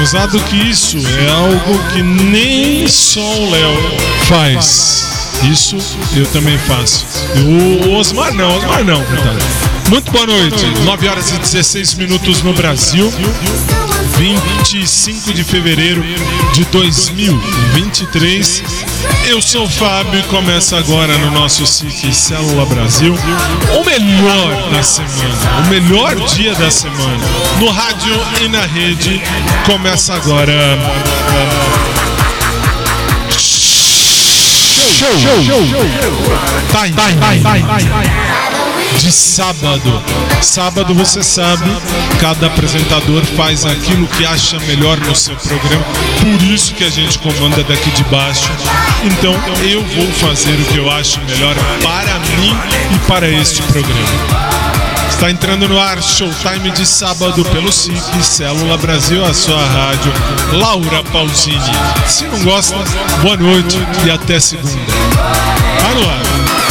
Gozado que isso é algo que nem só o Léo faz. Isso eu também faço. O Osmar não, coitado. Muito boa noite. 9 horas e 16 minutos no Brasil. 25 de fevereiro de 2023. Eu sou o Fábio e começa agora no nosso SIC Célula Brasil o melhor da semana, o melhor dia da semana. No rádio e na rede começa agora. De sábado. Sábado, você sabe, cada apresentador faz aquilo que acha melhor no seu programa. Por isso que a gente comanda daqui de baixo. Então eu vou fazer o que eu acho melhor para mim e para este programa. Está entrando no ar Showtime de sábado pelo SIC Célula Brasil, a sua rádio. Laura Pausini. Se não gosta, boa noite e até segunda. Tá no ar.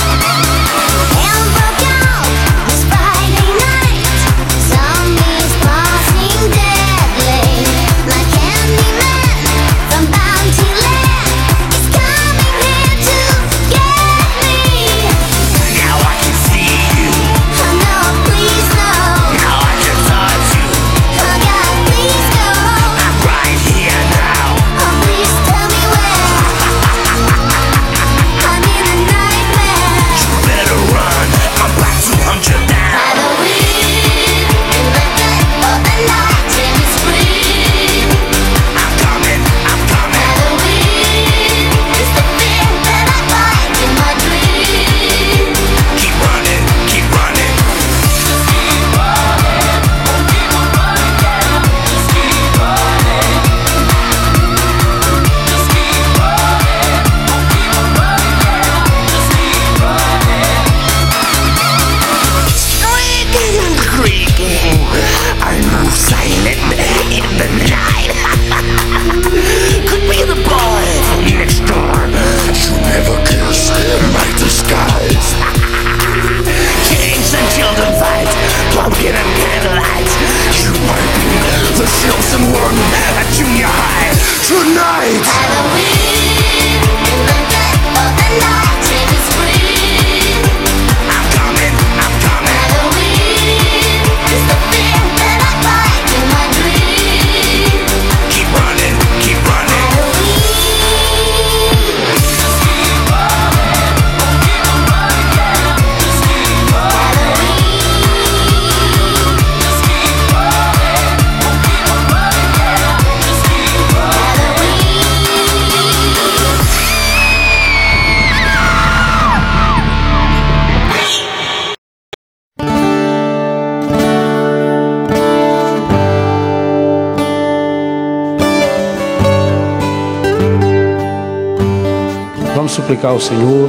Suplicar ao Senhor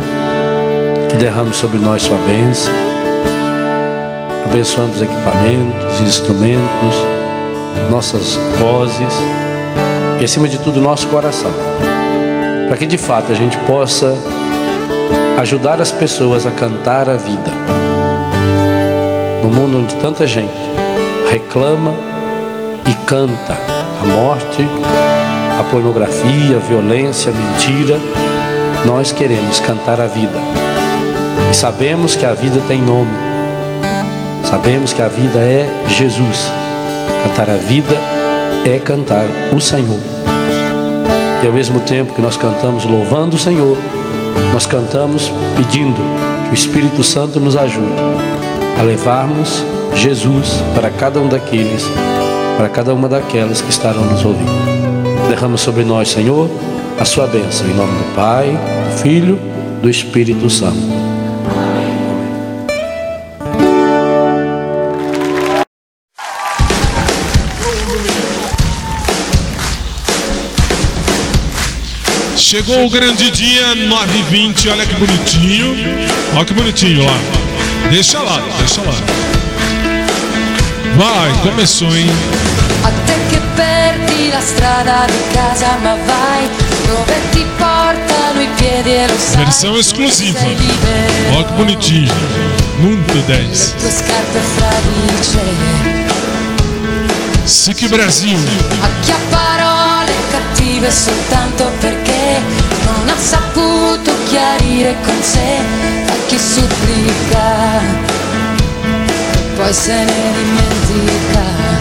que derrame sobre nós sua bênção, abençoando os equipamentos, instrumentos, nossas vozes e, acima de tudo, nosso coração, para que de fato a gente possa ajudar as pessoas a cantar a vida no mundo onde tanta gente reclama e canta a morte, a pornografia, a violência, a mentira. Nós queremos cantar a vida e sabemos que a vida tem nome, sabemos que a vida é Jesus. Cantar a vida é cantar o Senhor, e ao mesmo tempo que nós cantamos louvando o Senhor, nós cantamos pedindo que o Espírito Santo nos ajude a levarmos Jesus para cada um daqueles, para cada uma daquelas que estarão nos ouvindo. Derrama sobre nós, Senhor, a sua bênção, em nome do Pai, do Filho, do Espírito Santo. Chegou o grande dia, 9h20, olha que bonitinho. Olha que bonitinho lá. Deixa lá. Vai, começou, hein? Até che perdi la strada di casa, ma vai dove ti portano i piedi e lo sai. Versão exclusiva. Olha que bonitinho. Muito 10. Tue scarpe fradicie. SIC Brasil. Acchiapparò vive soltanto perché non ha saputo chiarire con sé, a chi supplica e poi se ne dimentica,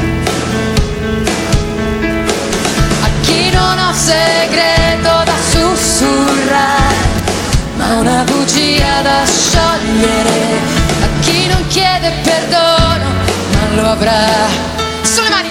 a chi non ha segreto da sussurrare ma una bugia da sciogliere, a chi non chiede perdono ma lo avrà. Sulle mani!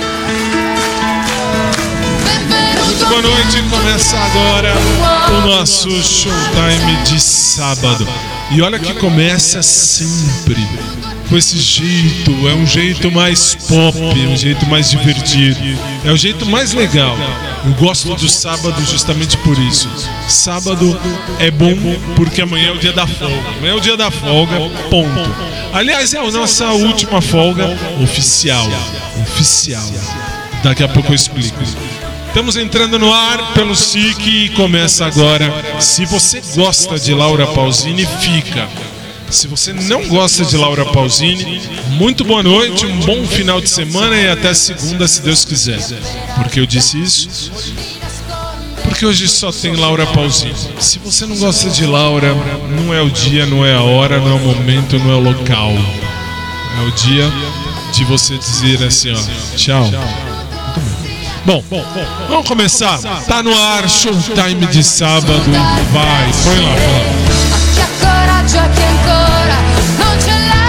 Muito boa noite, começa agora o nosso Showtime de sábado. E olha que começa sempre com esse jeito, é um jeito mais pop, é um jeito mais divertido, é o jeito mais legal. Eu gosto do sábado justamente por isso. Sábado é bom porque amanhã é o dia da folga. Amanhã é o dia da folga, ponto. Aliás, é a nossa última folga oficial. Daqui a pouco eu explico. Estamos entrando no ar pelo SIC e começa agora. Se você gosta de Laura Pausini, fica. Se você não gosta de Laura Pausini, muito boa noite, um bom final de semana e até segunda, se Deus quiser. Por que eu disse isso? Porque hoje só tem Laura Pausini. Se você não gosta de Laura, não é o dia, não é a hora, não é o momento, não é o local. É o dia de você dizer assim, ó, tchau. Bom, vamos começar. Tá no ar, Showtime de sábado. Vai, põe lá, põe lá. Coraggio a chi ancora non ce l'ha,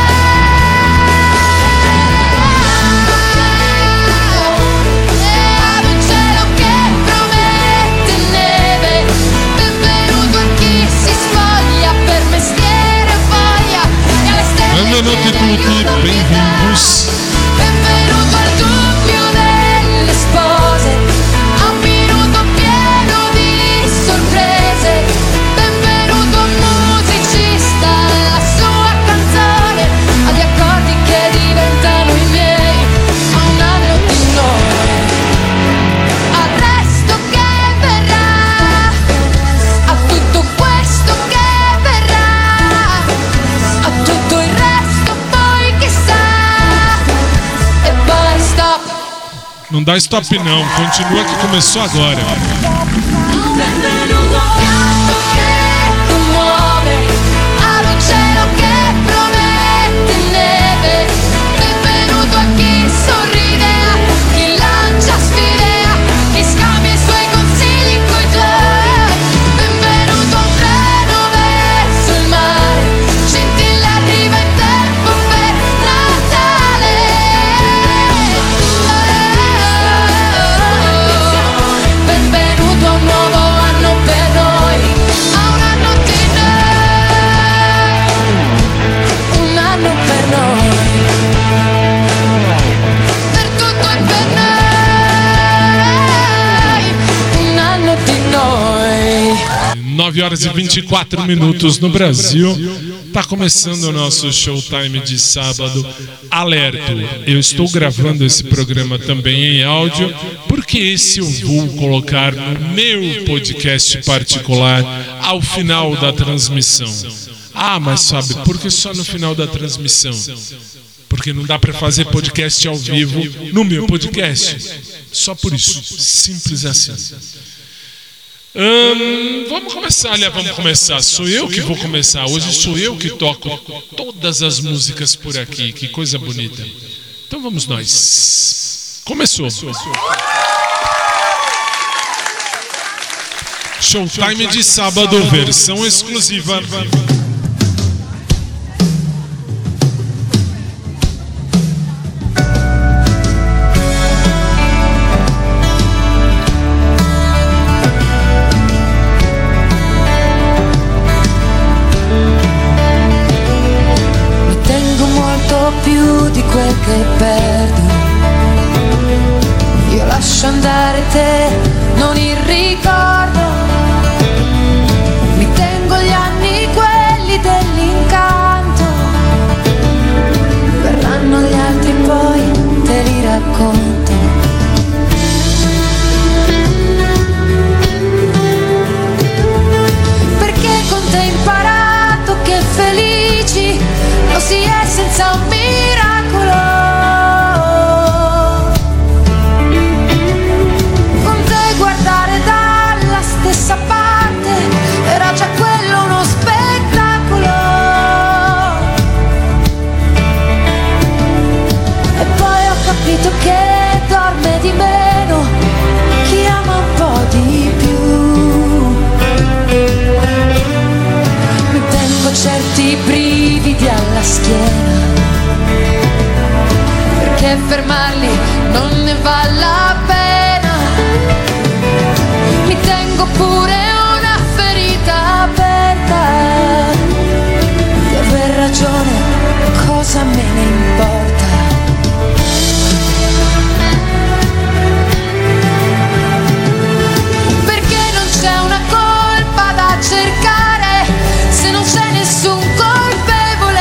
ad un cielo che promette neve, benvenuto a chi si spoglia per mestiere e voglia, e alle stelle benvenuti tutti, bem-vindos. Benvenuto al dubbio delle spose, a un minuto pieno di sorprese, benvenuto a musicista, la sua canzone, agli accordi che diventano i miei, a un anno di noi, al resto che verrà, a tutto questo che verrà, a tutto il resto poi chissà, e poi stop. Não dá stop não, continua que começou agora. Benvenuto al canto che commuove, ad un cielo che promette neve, benvenuto a chi sorride, a chi lancia sfide, a chi scambia i suoi consigli coi tuoi, benvenuto a un treno verso il mare, scintilla arriva in tempo per Natale, benvenuto a un nuovo anno per noi, a un anno di noi, un anno per noi, per tutto e per noi, un anno di noi. 9 horas e 24 minutos no Brasil. Tá começando o nosso Showtime de sábado. Alerto, eu estou gravando esse programa também em áudio, porque esse eu vou colocar no meu podcast particular ao final da transmissão. Ah, mas sabe, por que só no final da transmissão? Porque não dá para fazer podcast ao vivo no meu podcast. Só por isso, simples assim. Vamos começar, aliás, vamos começar. Sou eu que vou começar. Hoje sou eu que toco todas as músicas por aqui. Que coisa bonita. Então vamos nós. Começou. Showtime de sábado, versão exclusiva. Più di quel che perdo, io lascio andare te, non il ricordo, mi tengo gli anni quelli dell'incanto, verranno gli altri poi te li racconto. Perché con te ho imparato che felici lo si è senza un miracolo. Con fermarli non ne vale la pena. Mi tengo pure una ferita aperta. Di aver ragione, cosa me ne importa? Perché non c'è una colpa da cercare se non c'è nessun colpevole.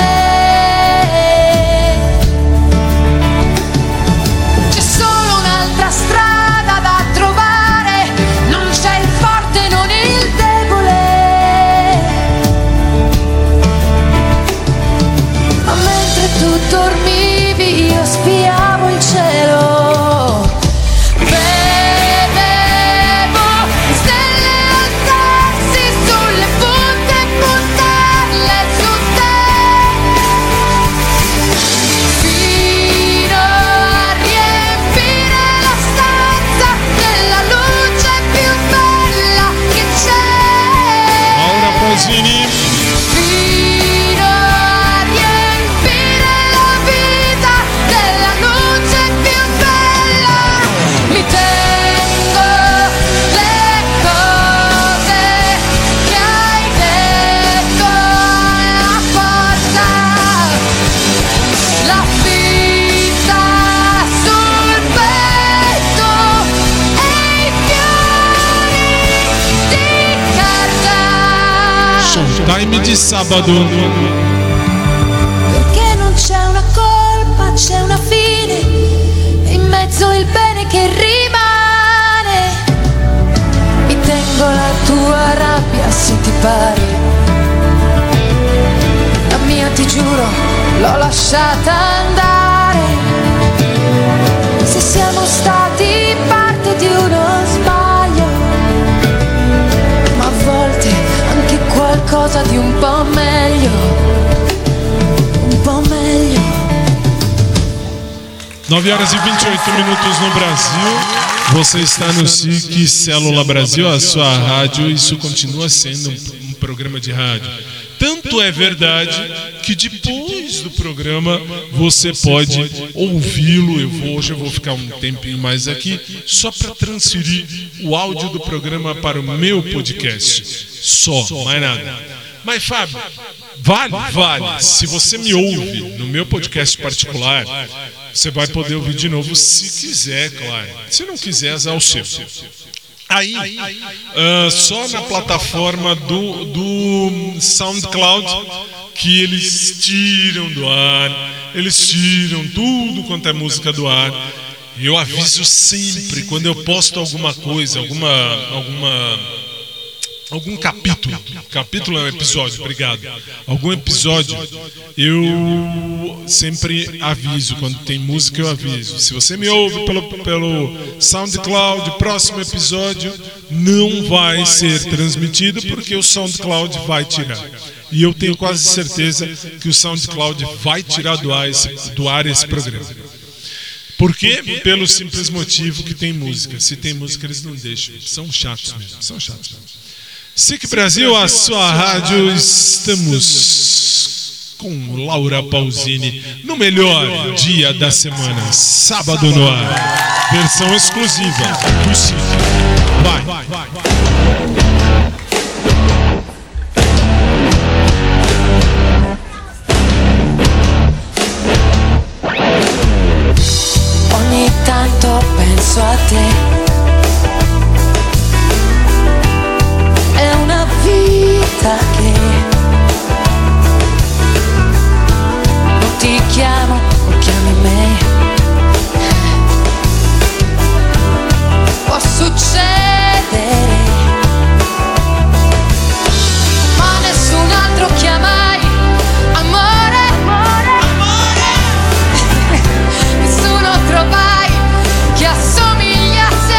C'è solo un'altra strada da trovare, non c'è il forte, non il debole. Ma mentre tu dormivi io spiavo il cielo. Fino a riempire la vita della luce più bella. Mi tengo le cose che hai detto alla porta, la fitta sul petto e i fiori di carta. Showtime di sábado. Perché non c'è una colpa, c'è una fine, e in mezzo il bene che rimane. Mi tengo la tua rabbia se ti pare, la mia ti giuro l'ho lasciata andare. Se siamo stati parte di uno sbaglio, ma a volte anche qualcosa di un po' meglio, un po' meglio. 9 horas e 28 minutos no Brasil. Você está no SIC Célula Brasil, a sua rádio. Isso continua sendo um programa de rádio. Tanto é verdade que depois do programa você pode ouvi-lo. Hoje eu vou ficar um tempinho mais aqui só para transferir o áudio do programa para o meu podcast. Só, mais nada. Mas Fábio, vale. Se você me ouve no meu podcast particular, você vai poder ouvir de novo se quiser, claro. Se não quiser, azar o seu. Aí, só na plataforma do SoundCloud que eles tiram do ar, eles tiram tudo quanto é música do ar. Eu aviso sempre quando eu posto alguma coisa, algum capítulo é um episódio, obrigado. Algum episódio, eu sempre aviso. Quando tem música, eu aviso. Se você me ouve pelo SoundCloud, próximo episódio não vai ser transmitido porque o SoundCloud vai tirar. E eu tenho quase certeza que o SoundCloud vai tirar do ar esse programa. Por quê? Pelo simples motivo que tem música. Se tem música, eles não deixam. São chatos mesmo, são chatos mesmo. SIC Brasil, a sua rádio, estamos com Laura Pausini no melhor dia da semana, sábado no ar, versão exclusiva do SIC. Vai. Ogni tanto penso a te. È una vita che non ti chiamo, non chiami me. Può succedere, ma nessun altro chiama mai. Amore, nessuno trovai che assomigliasse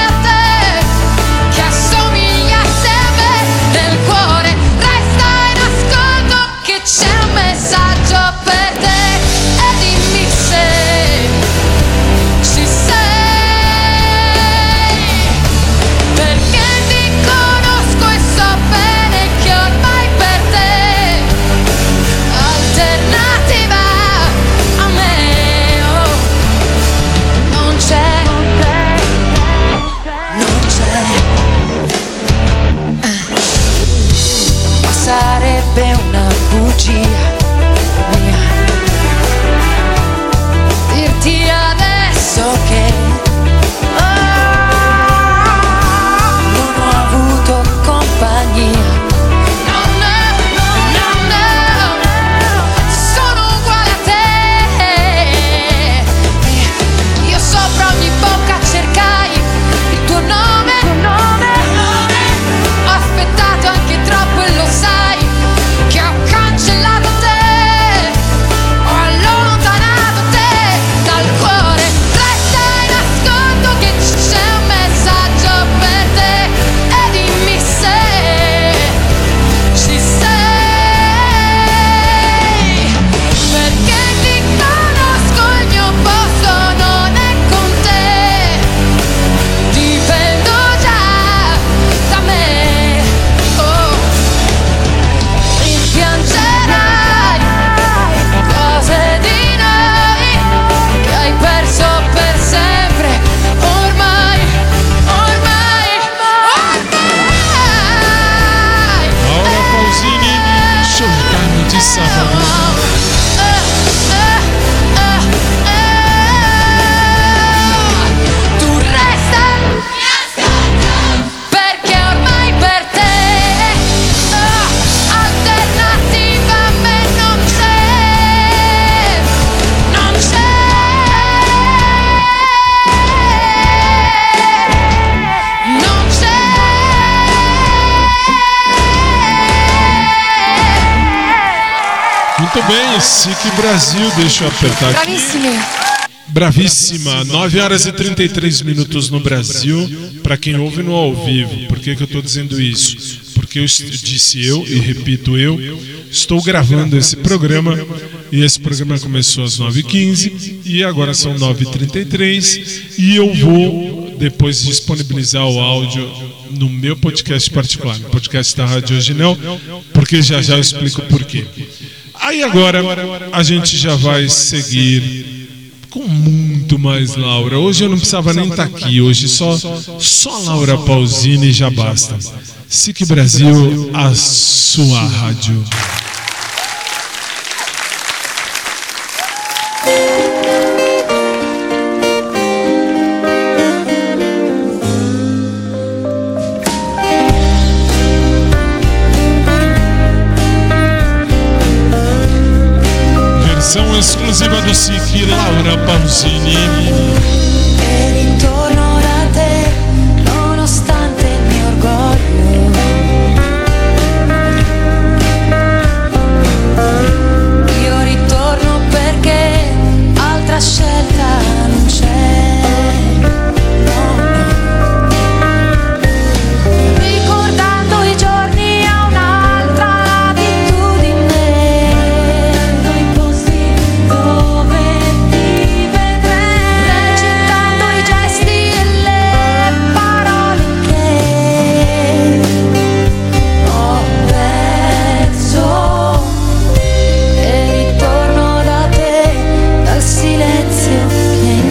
Muito bem, SIC Brasil, deixa eu apertar aqui. Bravissimi. Bravíssima, 9 horas e 33 minutos no Brasil, para quem ouve no ao vivo. Por que eu estou dizendo isso? Porque eu disse e repito estou gravando esse programa, e esse programa começou às 9h15, e agora são 9h33, e eu vou depois disponibilizar o áudio no meu podcast particular, no podcast da Rádio Hoje Não, porque já eu explico por quê. Aí agora a gente já vai seguir com muito mais Laura. Hoje eu não precisava nem estar aqui, hoje só Laura Pausini já basta. SIC Brasil, a sua rádio. Versão exclusiva do SIC, Laura Pausini. E ritorno da te, nonostante il mio orgoglio. Io ritorno perché altra scelta non c'è. No, no. Ricordando i giorni a un'altra latitudine, i posti dove ti vedrei, recitando i gesti e le parole che ho perso. E ritorno da te, dal silenzio che è in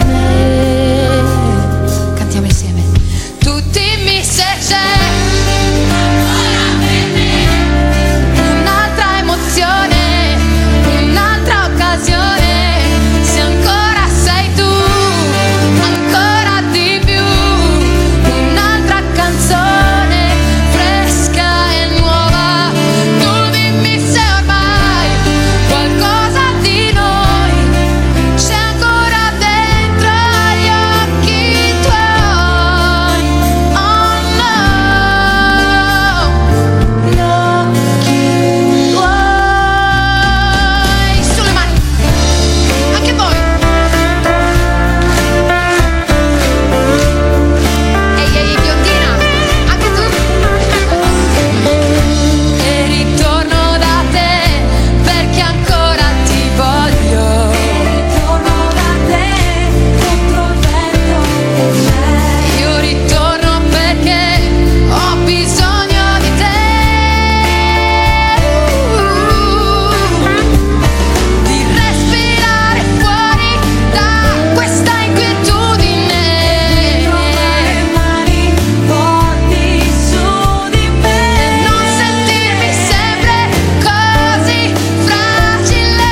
me. Cantiamo insieme. Tu dimmi se c'è ancora per me un'altra emozione, un'altra occasione, se ancora sei tu, ancora di più, un'altra canzone fresca e nuova. Tu dimmi se ormai qualcosa di noi c'è ancora dentro agli occhi tuoi. Oh no, gli occhi tuoi. Sulle mani, anche voi. Ehi, biondina, anche tu. E ritorno da te perché ancora ti voglio. Ritorno da te contro il vento che c'è. Io ritorno perché ho bisogno di te. Di respirare fuori da questa inquietudine. Trovare mani forti su di me. Non sentirmi sempre così fragile.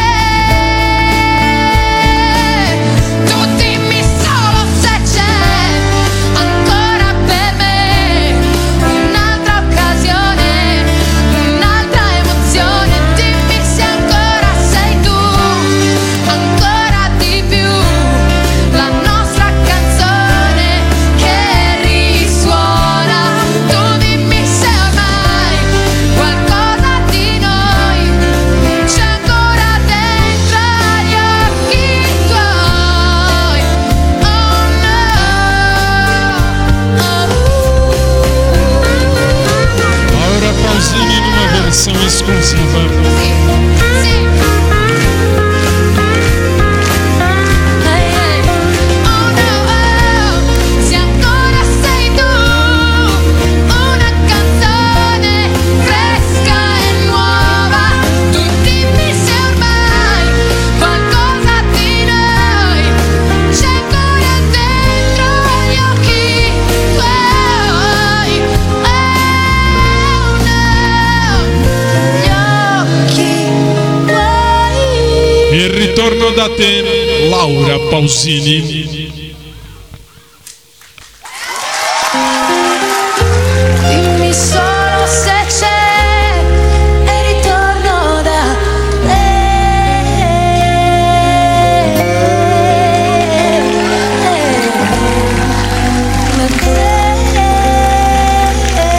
Tu dimmi solo se c'è ancora per me un'altra occasione, un'altra emozione. Dimmi se ancora sei tu, ancora di più, la nostra canzone che risuona. Tu dimmi se ormai qualcosa di noi c'è ancora dentro agli occhi tuoi. Oh no. Laura Pausini numa versão exclusiva. Sì, sì. Oh no, se ancora sei tu, una canzone fresca e nuova. Tu dimmi se ormai qualcosa di noi c'è ancora dentro agli occhi tuoi. Oh no, gli occhi tuoi. Il ritorno da te, Laura Pausini. Dimmi solo se c'è e ritorno da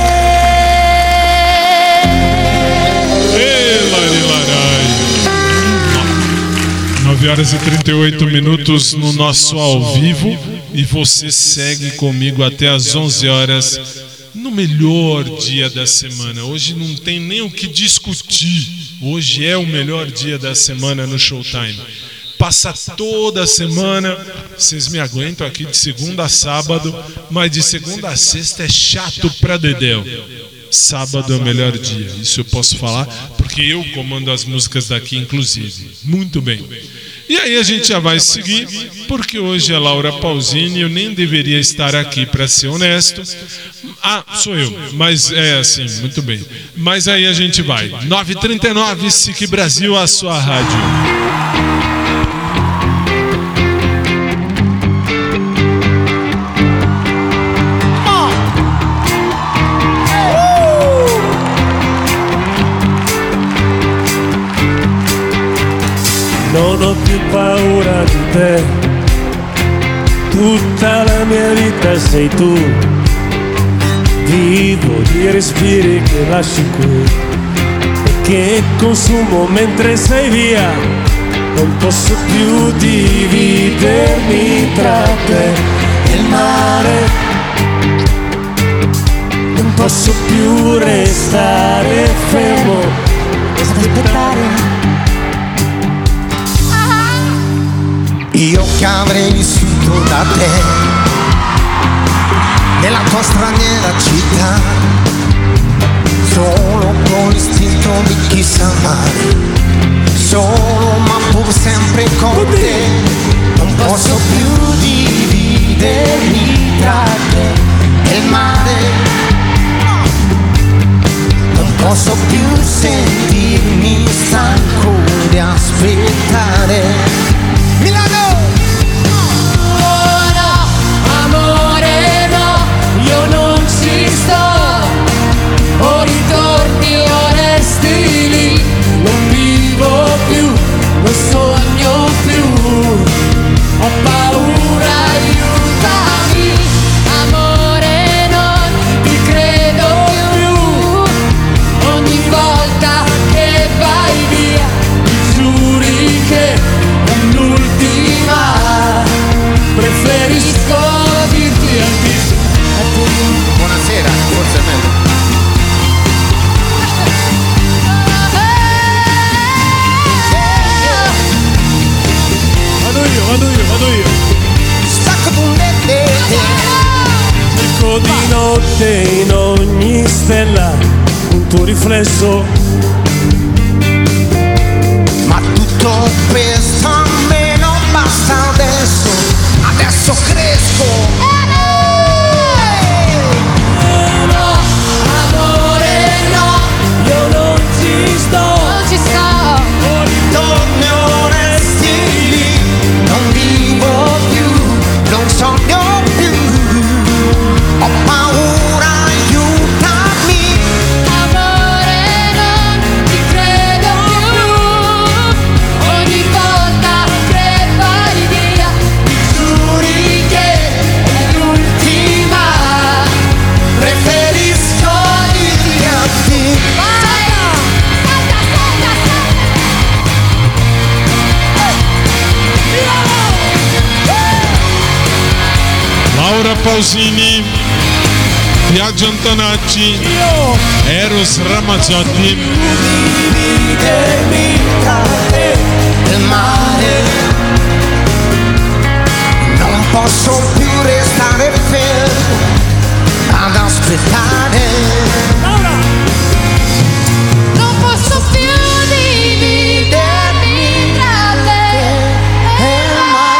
E Lari Larai. 9 horas e 38 minutos no nosso ao vivo. E você segue comigo até as 11 horas no melhor dia da semana. Hoje não tem nem o que discutir. Hoje é o melhor dia da semana no Showtime. Passa toda a semana, vocês me aguentam aqui de segunda a sábado, mas de segunda a sexta é chato pra dedéu. Sábado é o melhor dia, isso eu posso falar, porque eu comando as músicas daqui, inclusive. Muito bem. E aí a gente já vai seguir, porque hoje é Laura Pausini, eu nem deveria estar aqui, para ser honesto. Ah, sou eu, mas é assim, muito bem. Mas aí a gente vai. 9h39, SIC Brasil, a sua rádio. Non ho più paura di te, tutta la mia vita sei tu. Vivo di respiri che lasci qui e che consumo mentre sei via. Non posso più dividermi tra te e il mare. Non posso più restare fermo e aspettare. Io che avrei vissuto da te nella tua straniera città, solo con l'istinto di chi sa amare, solo ma pur sempre con te. Non posso più dividermi tra te e il mare, non posso più sentirmi stanco di aspettare. Milano! Oh no, amore no, io non ci sto. Ho ritorni onesti lì, non vivo più, non sogno più. Ho paura, aiutami. Amore non ti credo più. Ogni volta che vai via mi giuri che preferisco dirti addio. Buonasera, forse è meglio. Vado io. Stacco con te. Cerco di notte in ogni stella un tuo riflesso. Ma tutto questo a me non basta adesso. Adesso cresco. No, amore no, Io non ci sto. non ci sto. Ritorni onesti lì, non vivo più, non sogno più. Ho paura, aiutami. Amore non ti credo più. Ogni volta che vai via mi giuri che è l'ultima. Preferisco dirti addio. Laura Pausini, Biagio Antonacci, Eros Ramazzotti. Dividermi tra te e il mare. Non posso più restare fermo ad aspettare. Non posso più dividermi tra te e il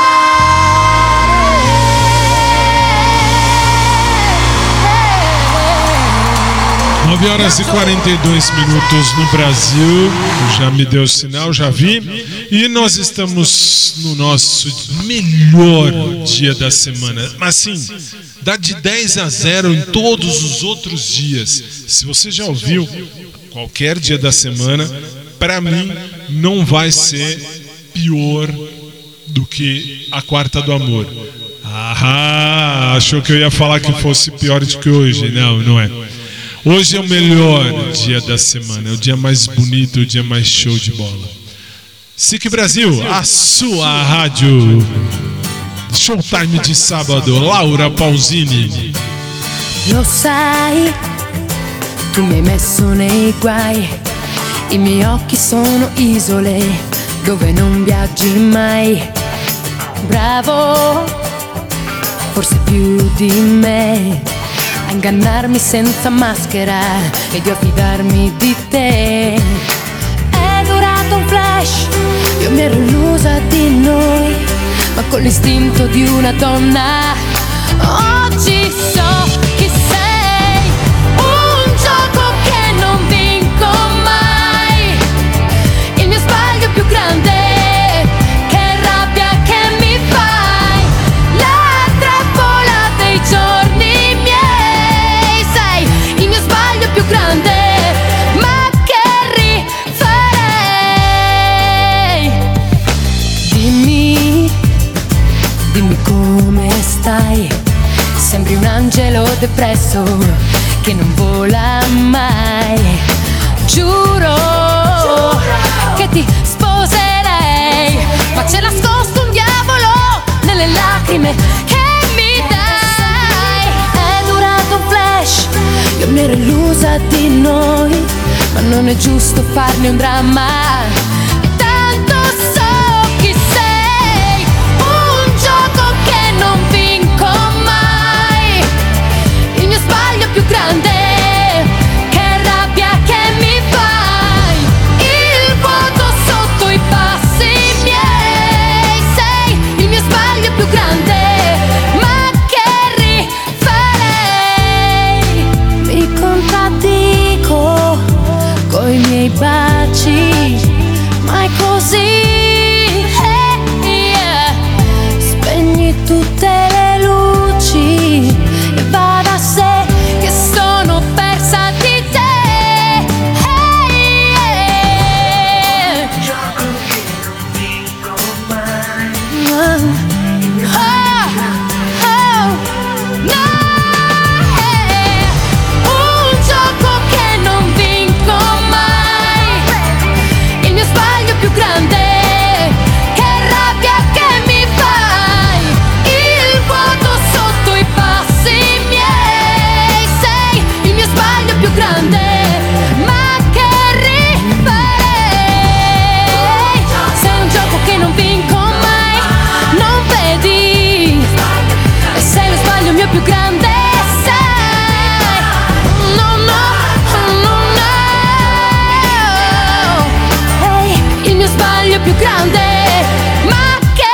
mare. 9 horas e 42 minutos no Brasil. Já me deu sinal, já vi. E nós estamos no nosso melhor dia da semana. Mas sim, dá de 10-0 em todos os outros dias. Se você já ouviu qualquer dia da semana, para mim não vai ser pior do que a Quarta do Amor. Ah, achou que eu ia falar que fosse pior do que hoje? Não, não é. Hoje é o melhor dia da semana, é o dia mais bonito, o dia mais show de bola. SIC Brasil, a sua rádio. Showtime de sábado, Laura Pausini. Lo sai, tu mi hai messo nei guai, i miei occhi sono isole dove non viaggi mai. Bravo, forse più di me, a ingannarmi senza maschera ed io a fidarmi di te. È durato un flash, io mi ero illusa di noi, ma con l'istinto di una donna oggi so chi sei. Un gioco che non vinco mai, il mio sbaglio più grande, che rabbia che mi fai. La trappola dei giorni miei, sei il mio sbaglio più grande, ma che rifarei. Dimmi come stai, sembri un angelo depresso che non vola mai. Giuro che ti sposerei, ma c'è nascosto un diavolo nelle lacrime che mi dai. È durato un flash, io mi ero illusa di noi, ma non è giusto farne un dramma. Tanto so chi sei, un gioco che non vinco mai, il mio sbaglio più grande, che rabbia che mi fai. Il vuoto sotto i passi miei, sei il mio sbaglio più grande, ma che rifarei. Mi contraddico coi miei baci, ma è così. Spegni tutte le luci e va da sé che sono persa di te. Un gioco che non vinco mai, il mio sbaglio più grande, che rabbia che mi fai. Il vuoto sotto i passi miei, sei il mio sbaglio più grande, ma che rifarei. Sei un gioco che non vinco mai, non vedi, e sei lo sbaglio mio più grande. No, no, no, no, ehi, il mio sbaglio più grande, ma che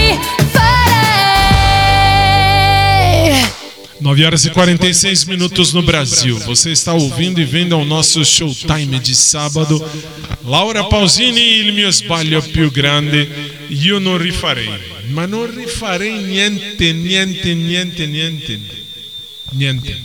rifarei. 9 horas e 46 minutos no Brasil. Você está ouvindo e vendo ao nosso Showtime de sábado. Laura Pausini, il mio sbaglio più grande, io non rifarei. Ma non rifarei niente, niente, niente, niente. Niente.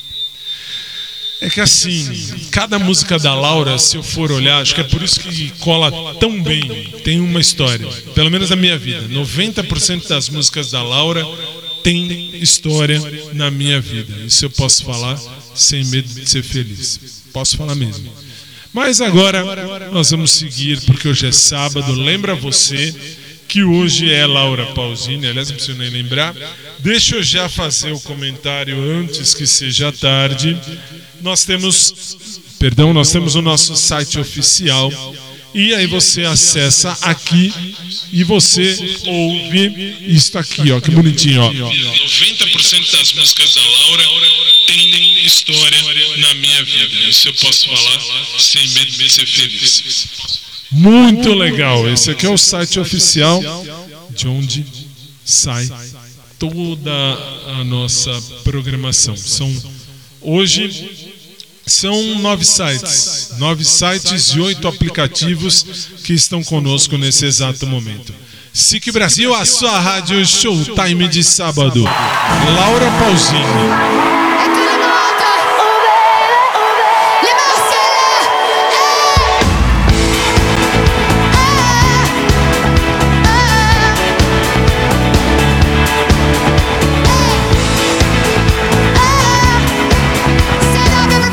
É que assim, cada música da Laura, se eu for olhar, acho que é por isso que cola tão bem, tem uma história. Pelo menos na minha vida. 90% das músicas da Laura tem história na minha vida. Isso eu posso falar sem medo de ser feliz. Posso falar mesmo. Mas agora nós vamos seguir, porque hoje é sábado. Lembra você que hoje é Laura Pausini. Aliás, não preciso nem lembrar. Deixa eu já fazer o comentário antes que seja tarde. Nós temos o nosso site oficial. E aí você acessa aqui e você ouve isto aqui, ó, que bonitinho, ó. 90% das músicas da Laura tem história na minha vida. Isso eu posso falar sem medo de ser feliz. Muito legal. Esse aqui é o site oficial de onde sai toda a nossa programação. Hoje são 9 sites e 8 aplicativos que estão conosco nesse exato momento. SIC Brasil, a sua rádio Showtime de sábado. Laura Pausini.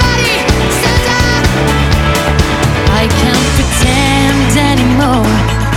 I can't pretend anymore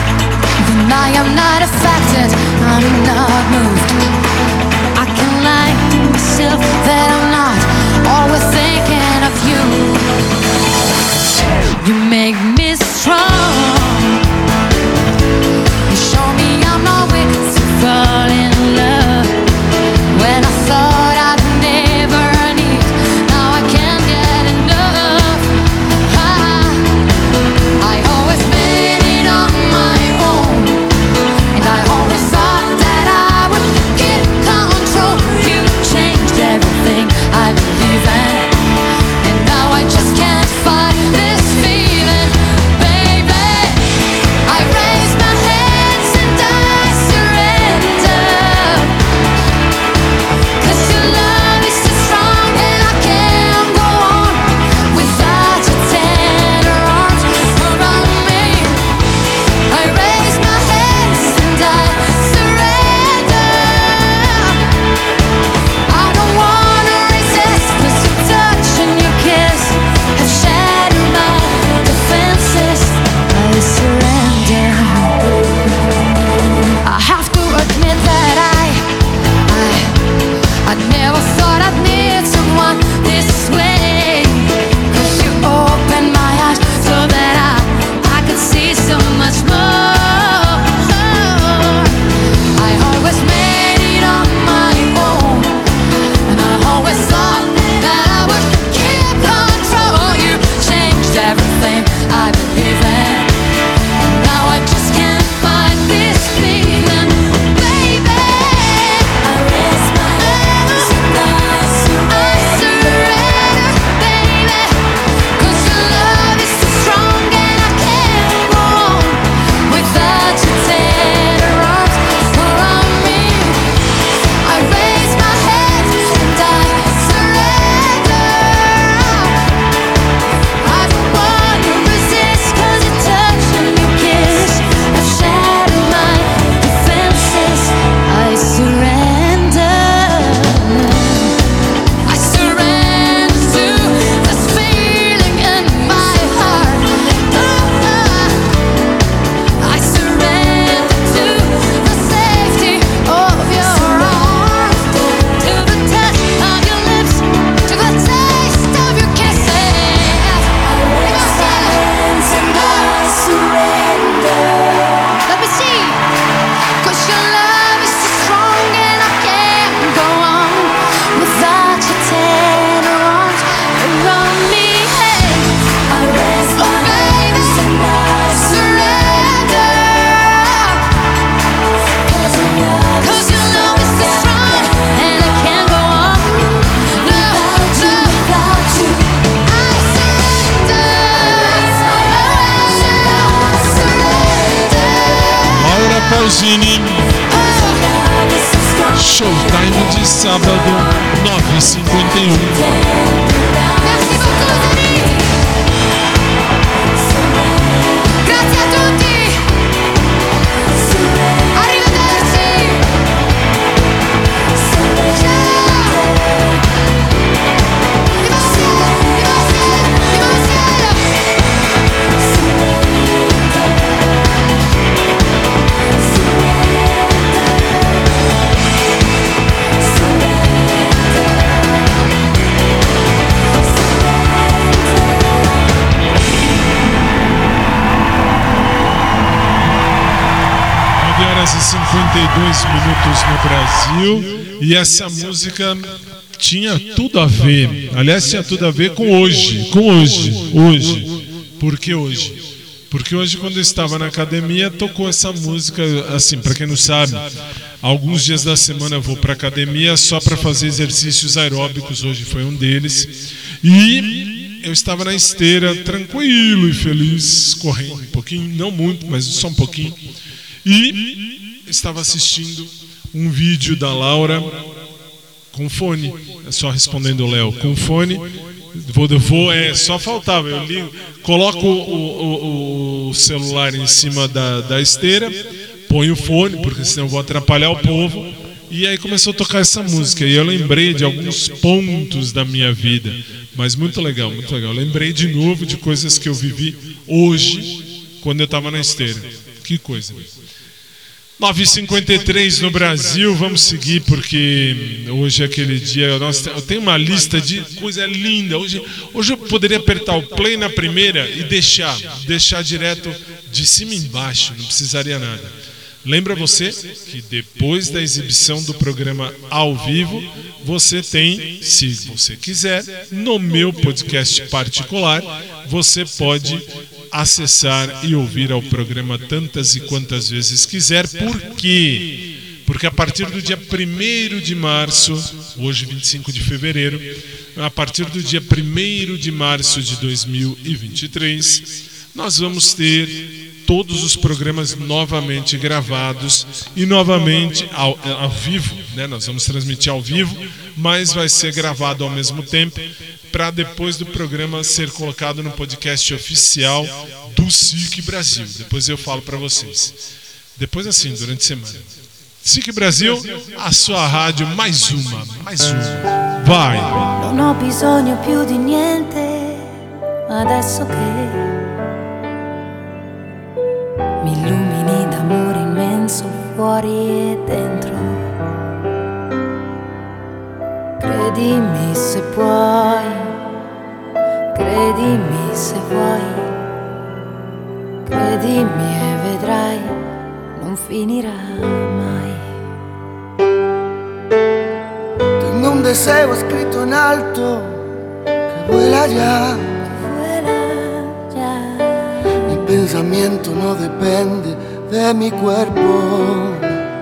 I never thought I'd meet someone this way. 'Cause you opened my eyes so that I could see so much more. I always made it on my own, and I always thought that I would keep control. You changed everything I believe in, and now I just can't find this feeling, baby. I raise my hands and I surrender, baby. 'Cause your love is so strong and I can't go on without your tender arms around me. I raise my hands and I surrender. I don't want to resist, 'cause your touch and your kiss have shattered my defenses. I surrender. I surrender to this feeling in my heart. I surrender to the safety of your arms, to the touch of your lips, to the taste of your kisses. I raise my hands and I surrender. Let me see. 'Cause your love is so strong and I can't go on without your tender arms around me. Hey, I raise my hands and I surrender. 'Cause your love is so strong and I can't go on without you. I surrender. Laura Pausini, Showtime de sábado, 9h51. Merci beaucoup, Denis. Grazie a tutti. Arrivederci. Ciao. Viva il cielo, viva il cielo, viva il cielo. Horas e 52 minutos no Brasil, e essa música tinha tudo a ver. Aliás, tinha tudo a ver com hoje. Por que hoje? Porque hoje, quando eu estava na academia, tocou essa música. Assim, para quem não sabe, alguns dias da semana eu vou para academia só para fazer exercícios aeróbicos. Hoje foi um deles. E eu estava na esteira, tranquilo e feliz, correndo um pouquinho, não muito, mas só um pouquinho. E estava assistindo um vídeo da Laura com fone, só respondendo o Léo, com fone. Só faltava, eu ligo, coloco o celular em cima da esteira, ponho o fone, porque senão eu vou atrapalhar o povo. E aí começou a tocar essa música, e eu lembrei de alguns pontos da minha vida, mas muito legal, muito legal. Eu lembrei de novo de coisas que eu vivi hoje, quando eu estava na esteira. Que coisa. 9h53 no Brasil, vamos seguir porque hoje é aquele dia. Eu tenho uma lista de coisa linda. Hoje eu poderia apertar o play na primeira e deixar direto de cima embaixo, não precisaria nada. Lembra você que depois da exibição do programa ao vivo, você tem, se você quiser, no meu podcast particular, você pode acessar e ouvir ao programa tantas e quantas vezes quiser. Por quê? Porque a partir do dia 1º de março, hoje 25 de fevereiro, a partir do dia 1º de março de 2023, nós vamos ter todos os programas novamente gravados e novamente ao vivo, né? Nós vamos transmitir ao vivo, mas vai ser gravado ao mesmo tempo, para depois do programa ser colocado no podcast oficial do SIC Brasil. Depois eu falo para vocês. Depois assim, durante a semana. SIC Brasil, a sua rádio, mais uma. Vai! Non ho bisogno più di niente adesso che mi illumini d'amore immenso fuori e dentro. Credimi se puoi, credimi se vuoi, credimi e vedrai, non finirà mai. Tengo un deseo escrito en alto que vuela ya. Mi pensamiento no depende de mi cuerpo.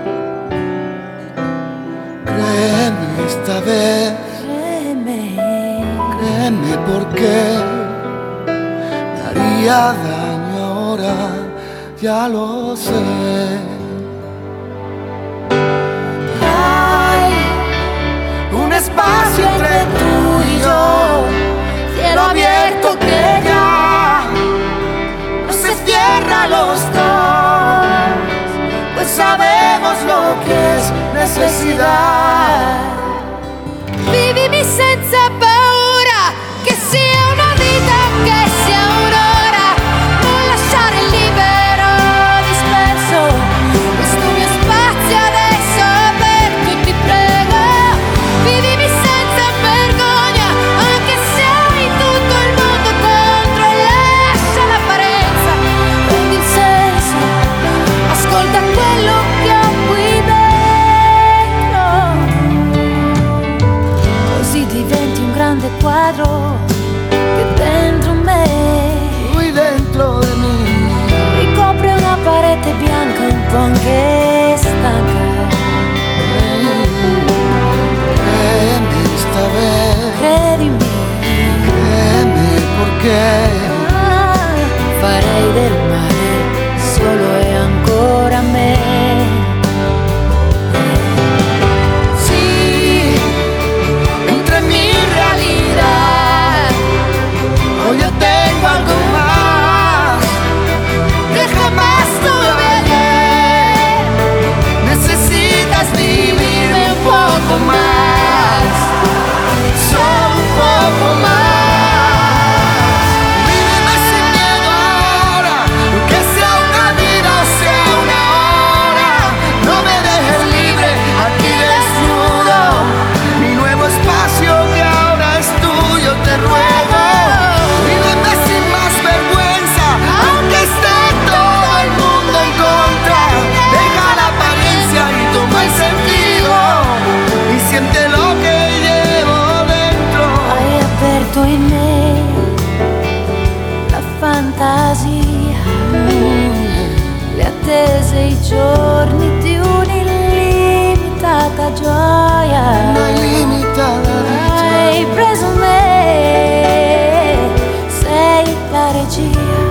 Créeme esta vez, créeme porque me haría daño ahora, ya lo sé. Hay un espacio entre tú y yo, cielo abierto que ya no se cierra a los dos, pues sabemos lo que es necessidad. Vivimi senza paura, che sia una vita, che sia un'ora, non lasciare libero, disperso, questo mio spazio adesso aperto, ti prego. Vivimi senza vergogna, anche se hai tutto il mondo contro, e lascia l'apparenza, prendi il senso, ascolta quello che ho qui dentro, così diventi un grande quadro che dentro me, Muy dentro de mí, ricopre una parete bianca un po' anche stanca. créeme esta vez, Credimi, créeme porque farei del male solo e ancora a me. sí, entre mi realidad, hoy yo tengo algo más que jamás tuve ayer. Necesitas vivirme un poco más, solo un poco más. Víveme sin miedo ahora, que sea una vida o sea una hora. No me dejes libre, aquí desnudo, mi nuevo espacio que ahora es tuyo, te ruego. Víveme sin más vergüenza, aunque esté todo el mundo en contra. Deja la apariencia y toma el sentido, y siente lo que llevo dentro. Hai aperto in me la fantasia, le attese, i giorni di un'illimitata gioia. Una ilimitada dicha. Hai preso me, sei la regia,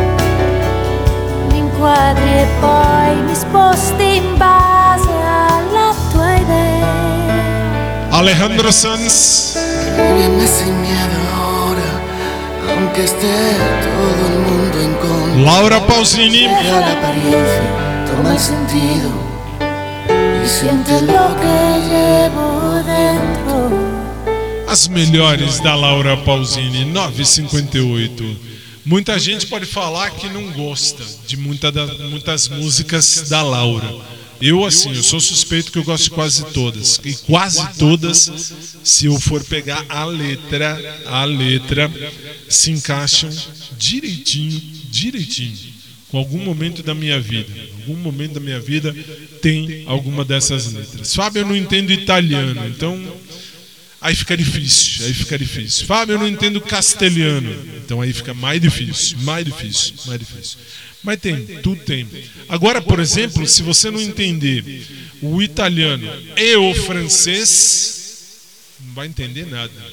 mi inquadri e poi mi sposti in base alla tua idea. Alejandro Sanz, Víveme sin miedo ahora, aunque esté todo el mundo en contra. Laura Pausini, Deja la apariencia, toma el sentido, y siente lo que llevo dentro. as melhores da Laura Pausini, 9h58. Muita gente pode falar que não gosta de muitas músicas da Laura. Eu sou suspeito que eu gosto de quase todas. E quase todas, se eu for pegar a letra, se encaixam direitinho, com algum momento da minha vida. Algum momento da minha vida tem alguma dessas letras. Fábio, eu não entendo italiano, então aí fica difícil. Fábio, eu não entendo castelhano, então aí fica mais difícil. Mas tem, tudo tem. Agora, por exemplo, se você não entender o italiano e o francês, não vai entender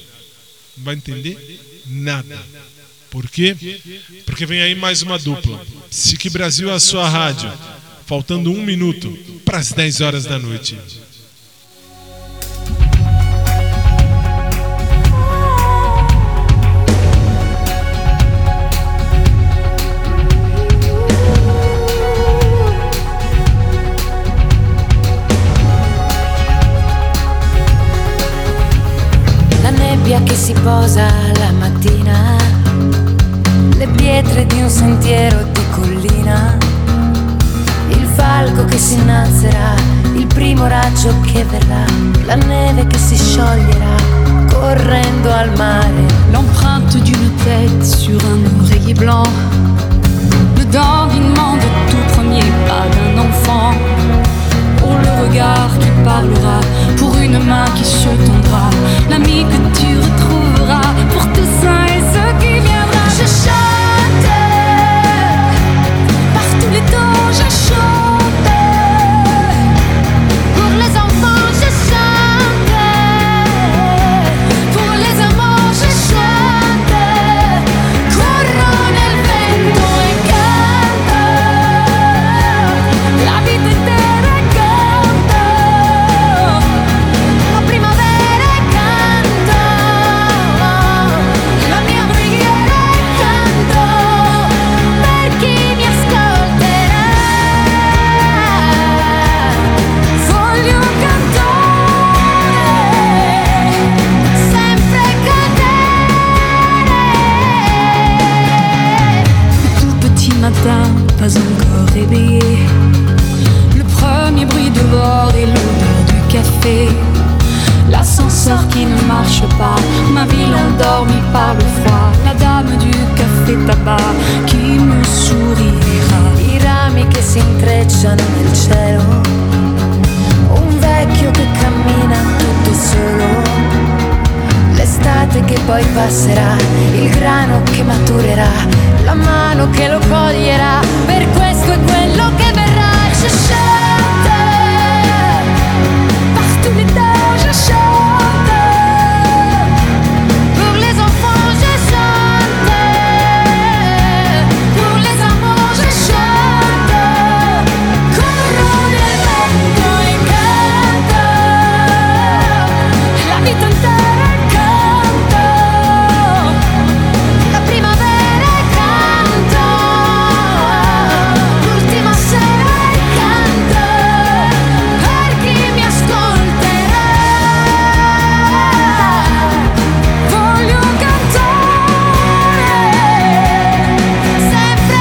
nada. Por quê? Porque vem aí mais uma dupla. SIC Brasil, a sua rádio. Faltando 1 minuto para as 10 horas da noite. Che si posa la mattina, le pietre di un sentiero di collina, il falco che si innalzerà, il primo raggio che verrà, la neve che si scioglierà, al mare. L'empreinte d'une tête sur un oreiller blanc, le dandinement de tout premier pas d'un enfant. Pour le regard qui parlera, pour une main qui se tendra, l'ami que tu retrouveras, pour tous saints et ceux qui viendront. Je chante, par tous les temps je chante, pour les enfants je chante, pour les amants je chante, corro nel vento e canto, la vita intera e canto, la primavera e canto, la mia preghiera e canto, per chi mi ascolterà. Voglio cantare, sempre cantare. Le tout petit matin, pas encore réveillé, le premier bruit dehors et l'odeur du café, l'ascenseur qui ne marche pas, ma ville endormie par le froid, la dame du café tabac qui me sourira. I rami che si intrecciano nel cielo, un vecchio che cammina tutto solo, l'estate che poi passerà, il grano che maturerà, la mano che lo coglierà, per questo e quello che verrà. Je chante, par tous les temps je chante, Pour les enfants je chante, pour les amants je chante, corro nel vento e canto, la vita intera e canto, la primavera e canto, l'ultima sera e canto, per chi mi ascolterà. Voglio cantare, sempre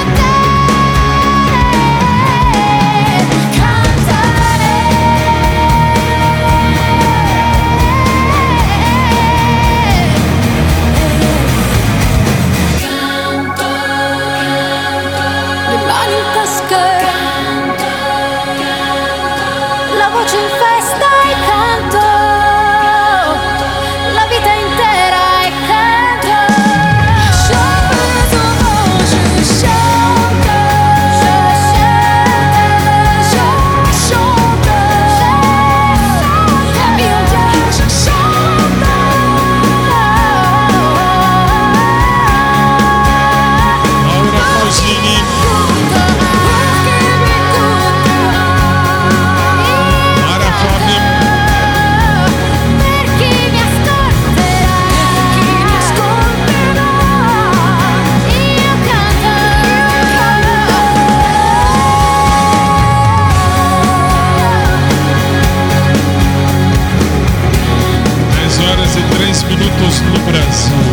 Le mani in tasca, la voce in festa e canto, la vita intera e canto. Chante, je chante, je chante, la vie entière je chante. Laura Pausini, Lara Fabian, Per chi mi ascolterà, io canto. 10 horas e 3 minutos no Brasil.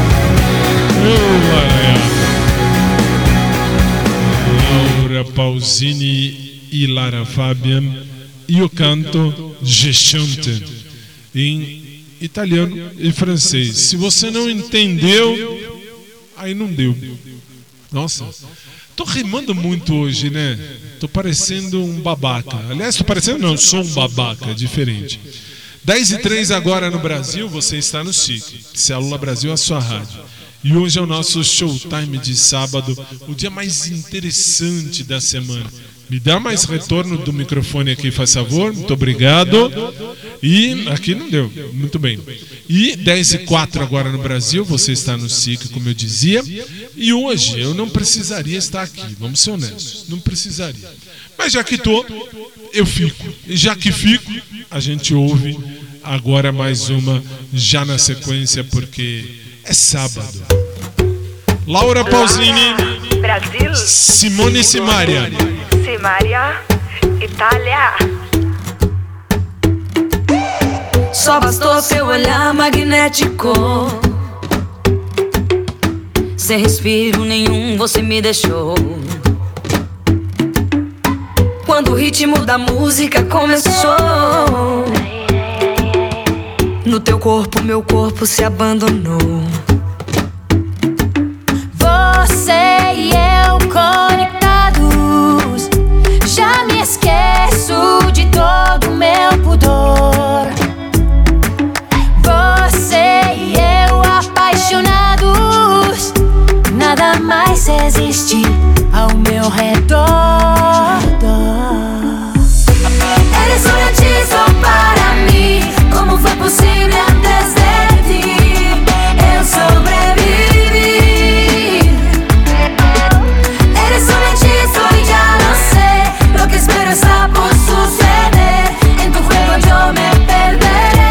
Laura Pausini e Lara Fabian, Io canto, je chante, em italiano e francês. Se você não entendeu, aí não deu. Nossa, tô rimando muito hoje, né? Tô parecendo um babaca. Aliás, tô parecendo não, sou um babaca, diferente. 10h03 agora no Brasil, você está no SIC, Célula Brasil, a sua rádio. E hoje é o nosso showtime de sábado, o dia mais interessante da semana. Me dá mais retorno do microfone aqui, faz favor, muito obrigado. E aqui não deu, muito bem. E 10h04 agora no Brasil, você está no SIC, como eu dizia. E hoje eu não precisaria estar aqui, vamos ser honestos, não precisaria. Mas já que estou, eu fico. E já que fico, a gente ouve agora mais uma já na sequência, porque é sábado. Laura Pausini, Brasil, Simone Simaria. Simaria, Itália. Só bastou seu olhar magnético. Sem respiro nenhum você me deixou. Quando o ritmo da música começou, No teu corpo, meu corpo se abandonou. Você e eu conectados. Já me esqueço de todo meu pudor. Você e eu apaixonados. Nada mais existe ao meu redor. Eres un hechizo para mí. ¿Cómo fue posible antes de ti el sobrevivir? Eres un hechizo y ya lo sé. Lo que espero está por suceder. En tu juego yo me perderé.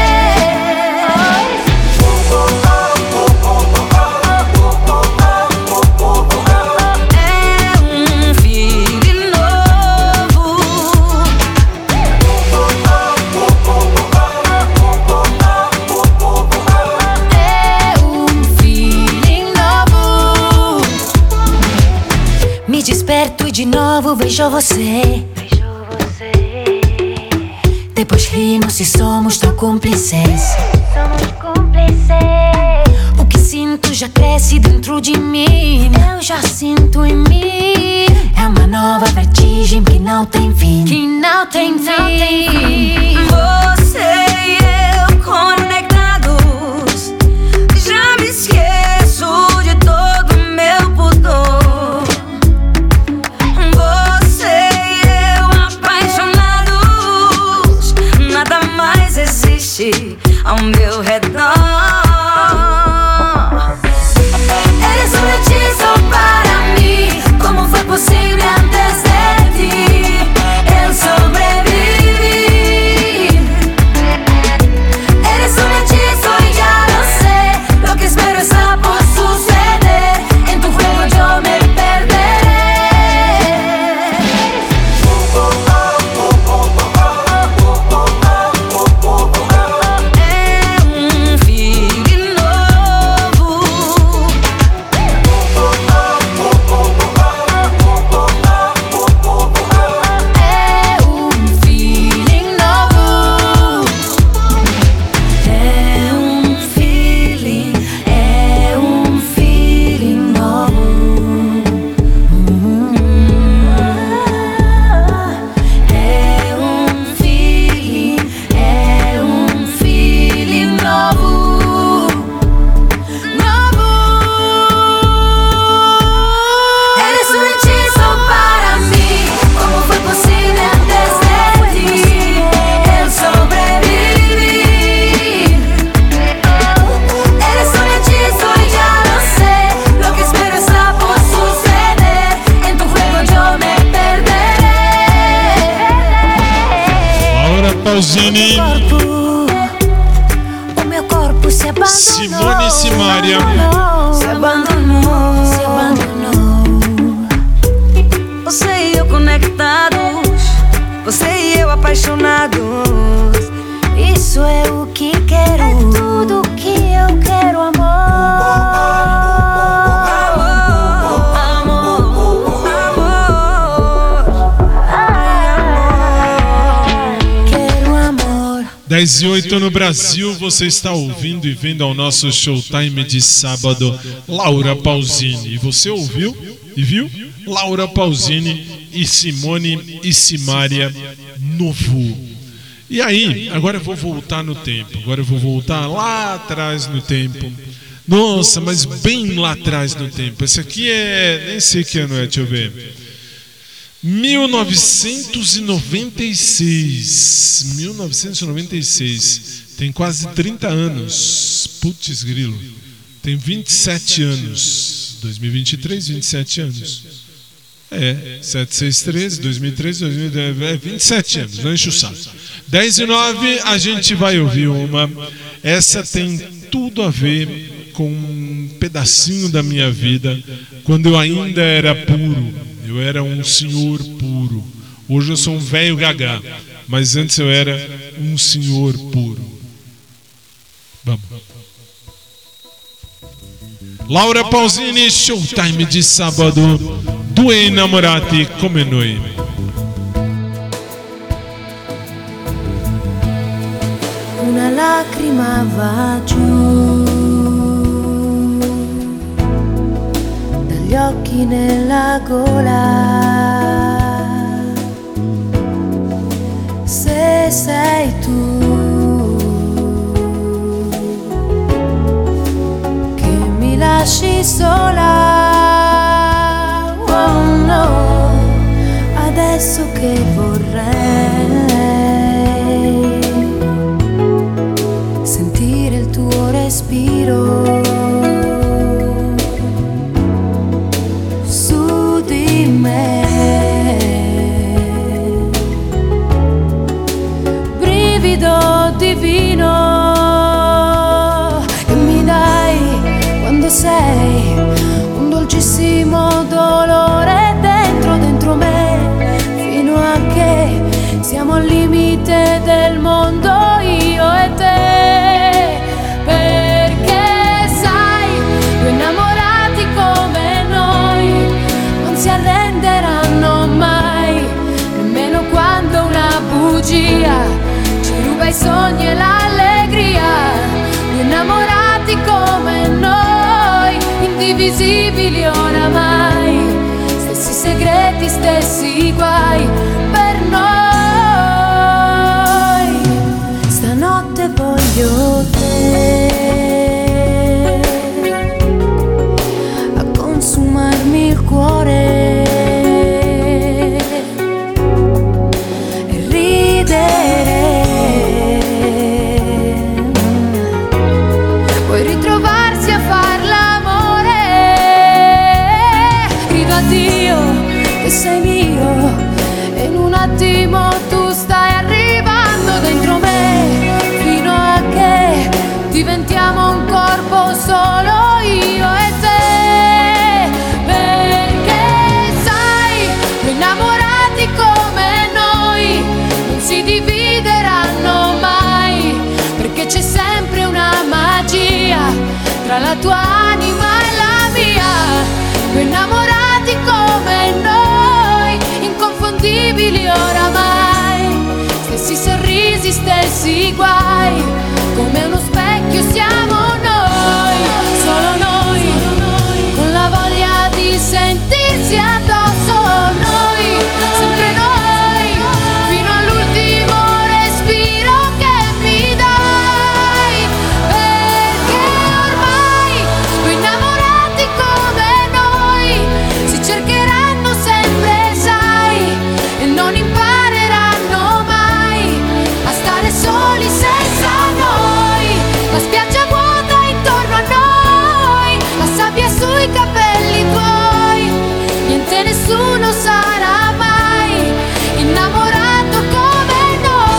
Desperto e de novo vejo você. Depois rimos e somos tão cúmplices. O que sinto já cresce dentro de mim. Eu já sinto em mim. É uma nova vertigem que não tem fim. Que não tem fim. Você e eu conectados. Já me esqueço de todo meu pudor. Ao meu redor. Eres un hechizo para mí. ¿Cómo fue posible antes de ti el sobrevivir? Eres un hechizo y ya lo sé. Lo que espero está por suceder. En tu juego yo me perderé. Pausini, o meu corpo se abandonou. Simone e Simaria. Se abandonou. Se abandonou. Você e eu conectados. Você e eu apaixonados. Isso é o que quero. É tudo o que eu quero, amor. Quero amor. 10:08 no Brasil, você está ouvindo e vendo ao nosso Showtime de sábado, Laura Pausini. E você ouviu e viu? Laura Pausini e Simone e Simaria Novo. E aí, agora eu vou voltar no tempo. Agora eu vou voltar lá atrás no tempo. Nossa, mas bem lá atrás no tempo. Esse aqui é... nem sei que ano é, deixa eu ver. 1996. 1996. Tem quase 30 anos. Putz, grilo. Tem 27 anos. 2023, 27 anos. 763, 2003, 2010, 27 anos, não enche o saco. 10:09, a gente vai ouvir uma. Essa tem tudo a ver com um pedacinho da minha vida, quando eu ainda era puro. Eu era um senhor puro. Hoje eu sou um velho gagá, mas antes eu era um senhor puro. Vamos. Laura Pausini, Showtime de sábado. Due innamorati come noi. Una lacrima lacrima va giù dagli occhi nella gola. Se sei tu che mi lasci sola, oh no, adesso che vorrei sentire il tuo respiro su di me, brivido divino che mi dai quando sei un dolcissimo dolore dentro me, fino a che siamo al limite del mondo io e te, perché sai, due innamorati come noi non si arrenderanno mai, nemmeno quando una bugia ci ruba i sogni e l'allegria. Due innamorati come noi, indivisibili oramai, stessi segreti, stessi guai per noi. Stanotte voglio te a consumarmi il cuore e ridere, poi ritrovarsi a far l'amore. Grido addio che sei mio e in un attimo tu stai arrivando dentro me, fino a che diventiamo un corpo solo io e te, perché sai, due innamorati come noi non si divideranno mai, perché c'è sempre una magia tra la tua anima e la mia. Due innamorati come noi, inconfondibili oramai, stessi sorrisi, stessi guai, come uno specchio siamo noi, solo noi, con la voglia di sentirsi addosso noi, sempre noi, fino all'ultimo respiro che mi dai, perché ormai due innamorati come noi si cercheranno sempre, sai, e non impareranno mai a stare soli senza noi. La spiaggia vuota intorno a noi, la sabbia sui capelli tuoi, niente, nessuno sarà mai innamorato come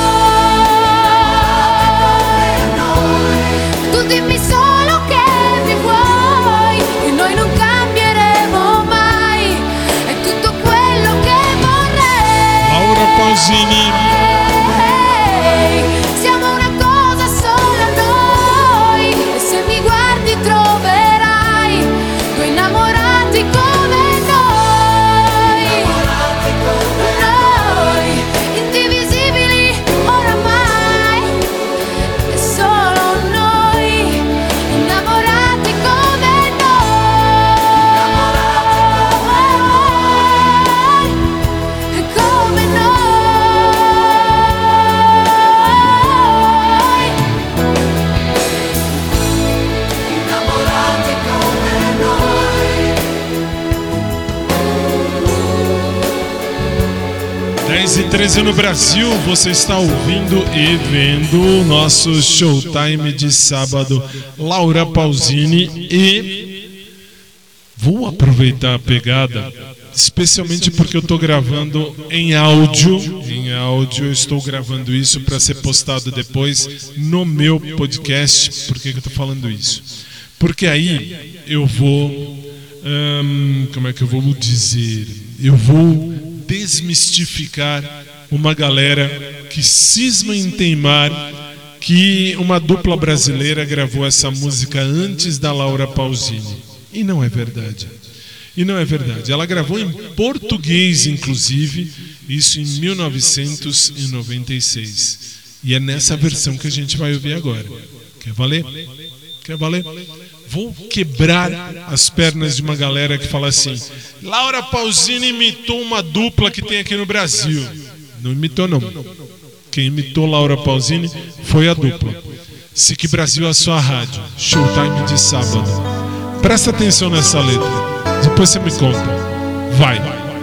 noi. Tu dimmi solo che mi vuoi e noi non cambieremo mai, è tutto quello che vorrei. Laura Pausini. Siamo una cosa sola noi, e se mi guardi troverai due innamorati come noi, indivisibili oramai, e solo noi, innamorati come noi, come noi. Innamorati come noi. 10h13 no Brasil, você está ouvindo e vendo o nosso Showtime de sábado, Laura Pausini, e vou aproveitar a pegada, especialmente porque eu estou gravando em áudio. Eu estou gravando isso para ser postado depois no meu podcast. Por que eu estou falando isso? Porque aí eu vou, como é que eu vou dizer? Eu vou desmistificar uma galera que cisma em teimar que uma dupla brasileira gravou essa música antes da Laura Pausini. E não é verdade. Ela gravou em português, inclusive, isso em 1996. E é nessa versão que a gente vai ouvir agora. Quer valer? Quer valer? Vou quebrar as pernas de uma galera que fala assim: Laura Pausini imitou uma dupla que tem aqui no Brasil. Não imitou, não. Quem imitou Laura Pausini foi a dupla. SIC Brasil, a sua rádio. Showtime de sábado. Presta atenção nessa letra. Depois você me conta. Vai.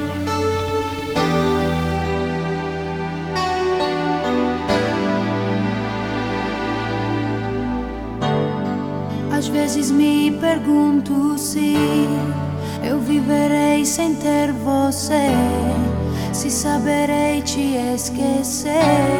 Às vezes me pergunto se eu viverei sem ter você, se saberei te esquecer.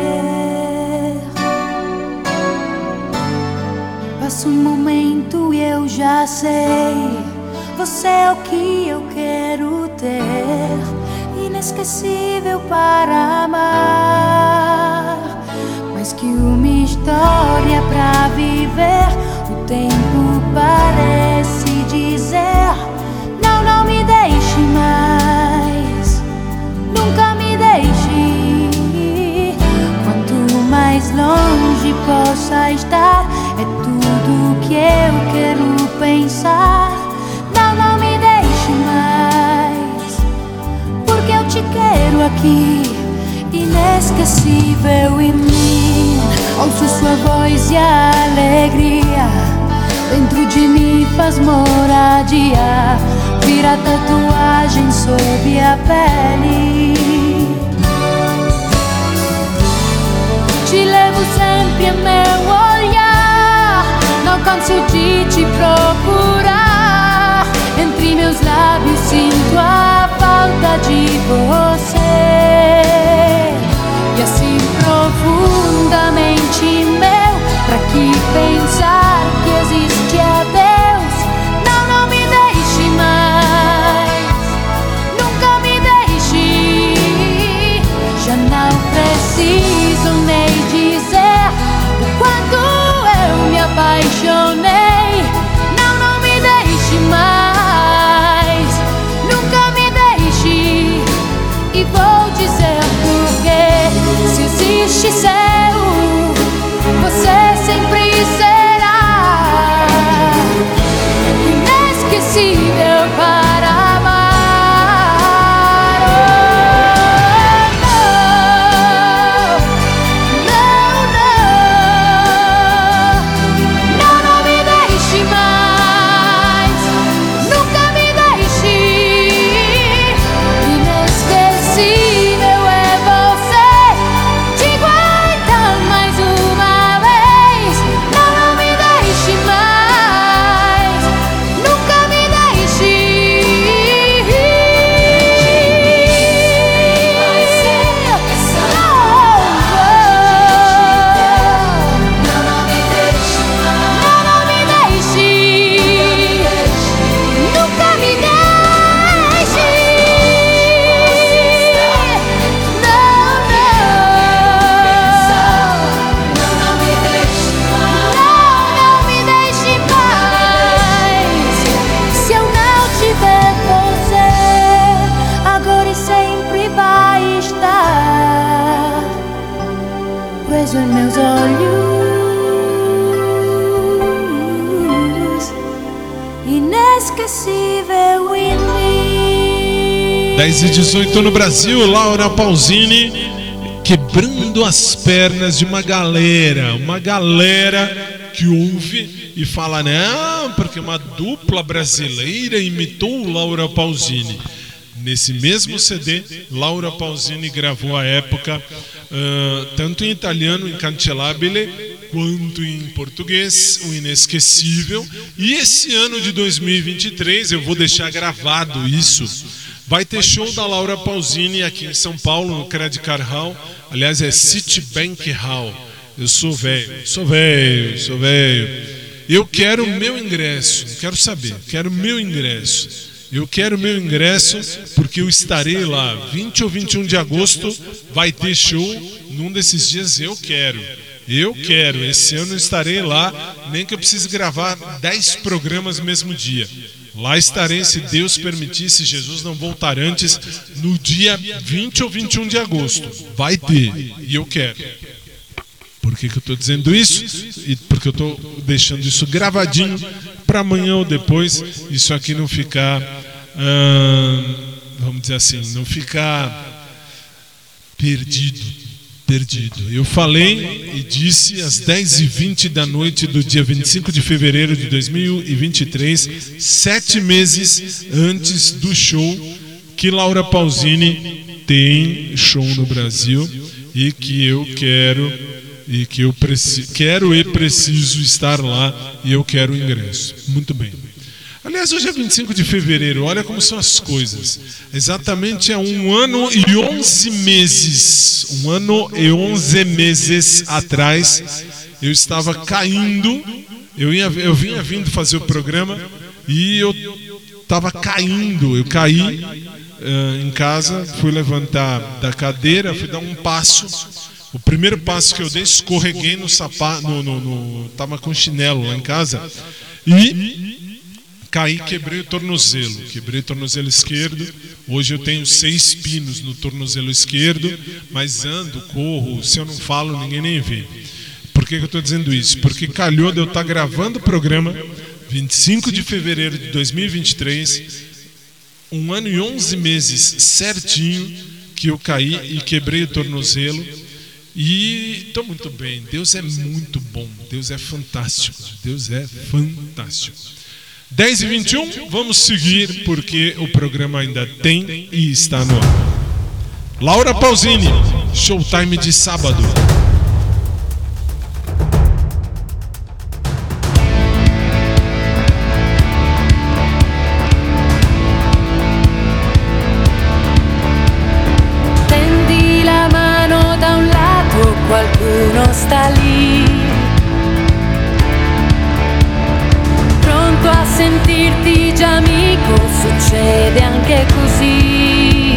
Passa um momento e eu já sei, você é o que eu quero ter, inesquecível para amar, mais que uma história pra viver. O tempo parece dizer: não, não me deixe mais, nunca me deixe. Quanto mais longe possa estar, é tudo que eu quero pensar. Não, não me deixe mais, porque eu te quero aqui, inesquecível em mim. Ouço sua voz e a alegria dentro de mim faz moradia, vira tatuagem sob a pele. Te levo sempre a meu olhar, não canso de te procurar. Entre meus lábios sinto a falta de você, e assim profundamente meu, pra que pensar que existe a Deus? Não, não me deixe mais, nunca me deixe. Já não preciso nem dizer o quanto eu me apaixonei. Não, não me deixe mais, nunca me deixe. E vou dizer porquê. Se existe céu, você sempre será inesquecível para amar. Oh, não, não, não me deixe mais, nunca me deixe. Inesquecível é você, digo então mais uma vez. Não, não me deixe mais, nunca me deixe. Não, não me deixe mais, não, não me deixe, nunca me deixe. Não, não me deixe mais, não me deixe mais. Se eu não tiver você, agora e sempre vai estar preso em meus olhos, inesquecível em mim. 10h18 no Brasil, Laura Pausini quebrando as pernas de uma galera que ouve e fala: não, porque uma dupla brasileira imitou Laura Pausini. Nesse mesmo CD, Laura Pausini gravou à época, tanto em italiano, em Cancelabile, quanto em português, o Inesquecível. E esse ano de 2023, eu vou deixar gravado isso, vai ter show da Laura Pausini aqui em São Paulo, no Credit Card Hall. Aliás, é Citibank Hall. Eu sou velho. Eu quero meu ingresso, não quero saber, quero meu ingresso. Eu quero meu ingresso porque eu estarei lá 20 ou 21 de agosto, vai ter show num desses dias. Eu quero, esse ano eu estarei lá, nem que eu precise gravar 10 programas no mesmo dia. Lá estarei, se Deus permitir, se Jesus não voltar antes, no dia 20 ou 21 de agosto. Vai ter, e eu quero. Por que eu estou dizendo isso? Porque eu estou deixando isso gravadinho para amanhã ou depois isso aqui não ficar, vamos dizer assim, não ficar perdido. Eu falei e disse às 10h20 da noite do dia 25 de fevereiro de 2023, 7 meses antes do show, que Laura Pausini tem show no Brasil e que eu quero e preciso estar lá e eu quero o ingresso. Muito bem. Aliás, hoje é 25 de fevereiro, olha como são as coisas. Exatamente há 1 ano e 11 meses. 1 ano e 11 meses atrás, eu estava caindo. Eu vinha vindo fazer o programa e eu estava caindo. Eu caí em casa, fui levantar da cadeira, fui dar um passo. O primeiro passo que eu dei, escorreguei no sapato, tava com chinelo lá em casa e caí, quebrei o tornozelo esquerdo. Hoje eu tenho 6 pinos no tornozelo esquerdo, mas ando, corro, se eu não falo, ninguém nem vê. Por que eu estou dizendo isso? Porque calhou de eu estar gravando o programa 25 de fevereiro de 2023, 1 ano e 11 meses certinho que eu caí e quebrei o tornozelo. E estou muito bem. Deus é muito bom, Deus é fantástico, 10h21, vamos seguir porque o programa ainda tem e está no ar. Laura Pausini, Showtime de sábado. Tendi la mano da un lato, qualcuno sta lì, pronto a sentirti già amico, succede anche così.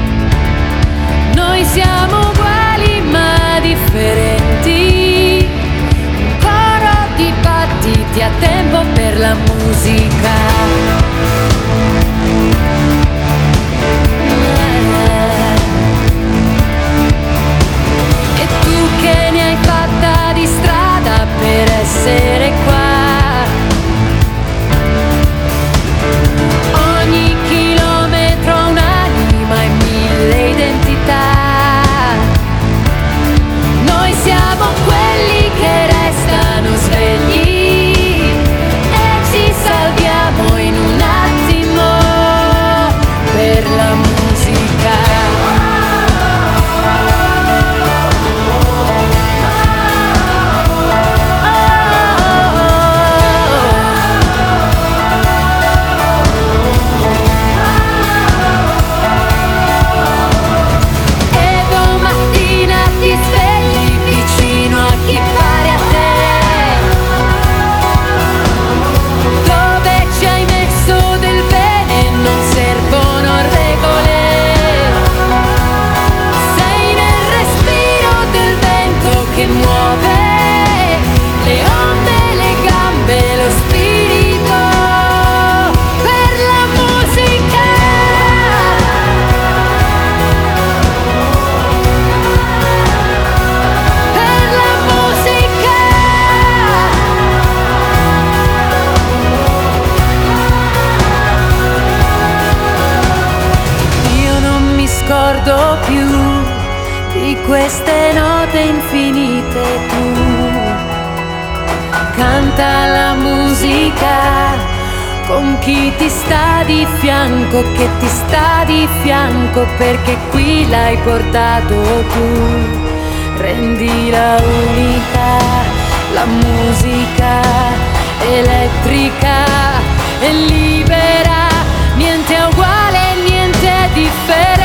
Noi siamo uguali ma differenti, un coro di battiti a tempo per la musica. E tu che ne hai fatta di strada per essere qua, ogni chilometro ha un'anima e 1000 identità. Noi siamo quelli che restano svegli e ci salviamo in un attimo per la musica. Queste note infinite tu canta la musica con chi ti sta di fianco, che ti sta di fianco perché qui l'hai portato tu. Rendila unica, la musica elettrica e libera, niente è uguale, niente è differente.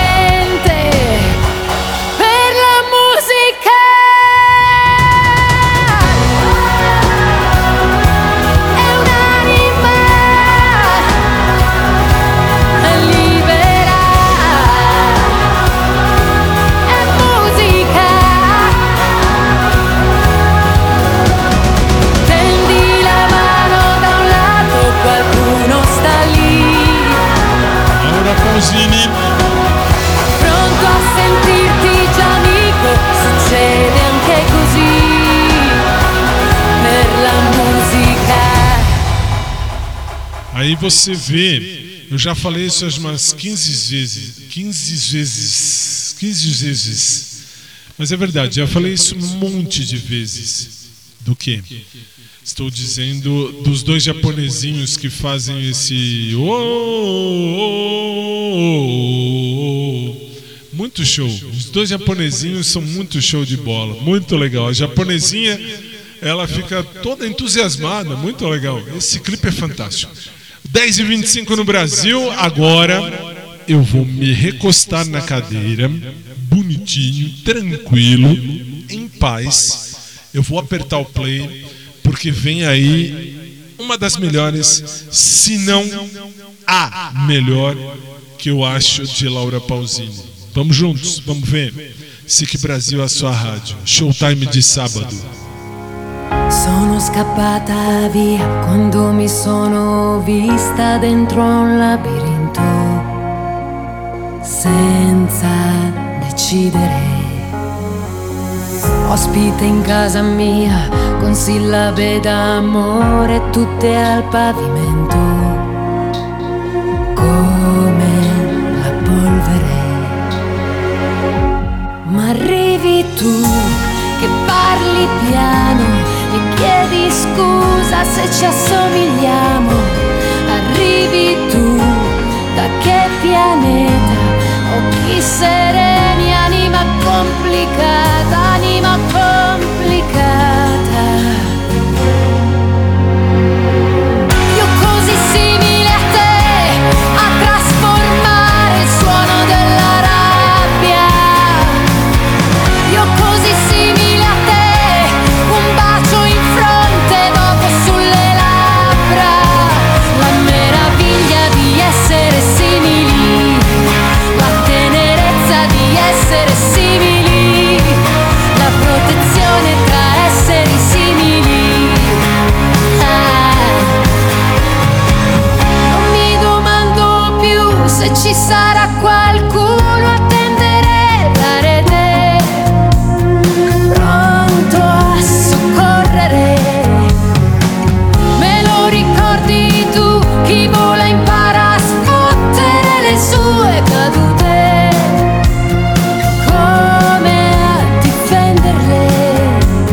Tendi Aí você vê, eu já falei isso umas 15 vezes. Mas é verdade, já falei isso um monte de vezes. Do que? Estou dizendo dos dois japonesinhos que fazem esse... Muito show. Os dois japonesinhos são muito show de bola. Muito legal. A japonesinha, ela fica toda entusiasmada. Muito legal. Esse clipe é fantástico. 10h25 no Brasil. Agora eu vou me recostar na cadeira, bonitinho, tranquilo, em paz. Eu vou apertar o play, porque vem aí uma das melhores, se não a melhor, que eu acho, de Laura Pausini. Vamos juntos, vamos ver. SIC Brasil, a sua rádio. Showtime de sábado. Sono scappata via quando mi sono vista dentro un labirinto, senza decidere. Ospite in casa mia, con sillabe d'amore tutte al pavimento, come la polvere. Ma arrivi tu che parli piano e chiedi scusa se ci assomigliamo. Arrivi tu, da che pianeta? Occhi sereni, anima complicata, anima complicata. Io così simile a te, a trasformare il suono della rabbia. Io così simile a te, un bacio in fronte, dopo sulle labbra. La meraviglia di essere simili, la tenerezza di essere simili, la protezione tra esseri simili. Non mi domando più se ci sarà qualcuno a tendere la rete, pronto a soccorrere. Me lo ricordi tu, chi vola impara a sfottere le sue cadute, come a difenderle.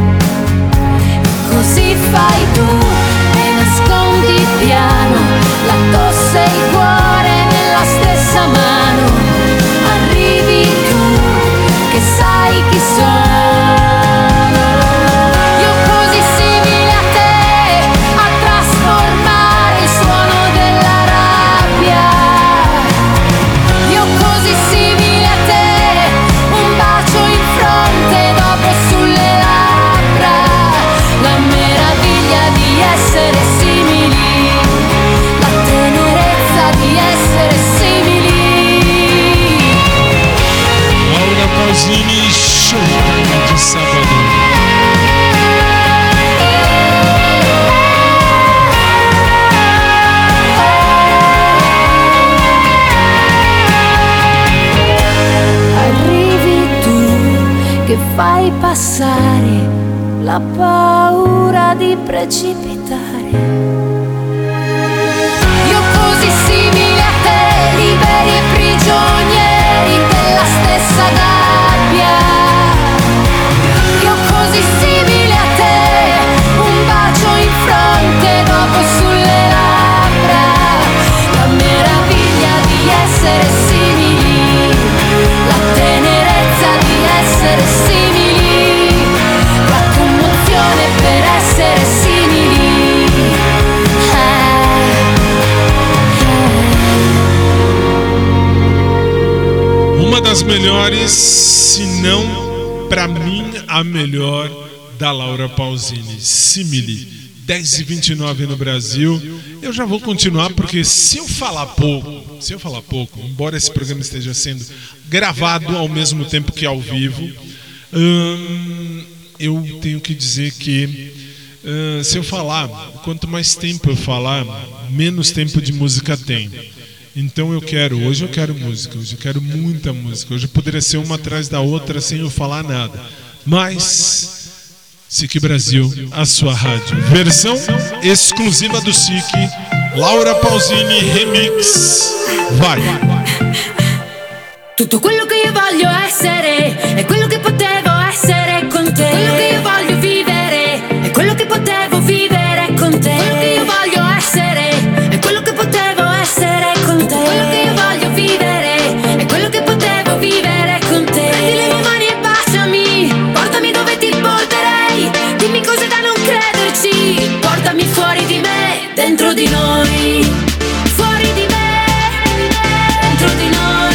Così fai tu e nascondi piano la tosse e il cuore nella stessa mano. Arrivi tu che sai chi sono. Io così simile a te, a trasformare il suono della rabbia. Io così simile a te, un bacio in fronte, dopo sulle labbra. La meraviglia di essere simili, la tenerezza di essere simili. Laura Pausini, Showtime de sábado. Arrivi tu che fai passare la paura di precipitare. Io così simile a te, liberi e prigionieri della stessa gabbia. Io così simile a te, un bacio in fronte, dopo sulle labbra. La meraviglia di essere simili, la tenerezza di essere simili, la commozione per essere simili. Uma das melhores, se não, pra mim, a melhor, da Laura Pausini, Simili. 10h29 no Brasil. Eu já vou continuar, porque se eu falar pouco, embora esse programa esteja sendo gravado ao mesmo tempo que ao vivo, eu tenho que dizer que se eu falar, quanto mais tempo eu falar, menos tempo de música tem. Então hoje eu quero música, hoje eu quero muita música. Hoje poderia ser uma atrás da outra sem eu falar nada. Mas SIC Brasil, a sua rádio. Versão exclusiva do SIC Laura Pausini Remix. Vai. Tutto quello che io voglio essere è quello che potevo essere con te. Quello che io voglio vivere è quello che potevo vivere con te. Quello che io voglio essere è quello che potevo essere con te. Quello che io voglio vivere è quello che potevo vivere con te. Prendi le mie mani e baciami, portami dove ti porterei. Dimmi cose da non crederci, portami fuori di me, dentro di noi. Fuori di me, dentro di noi.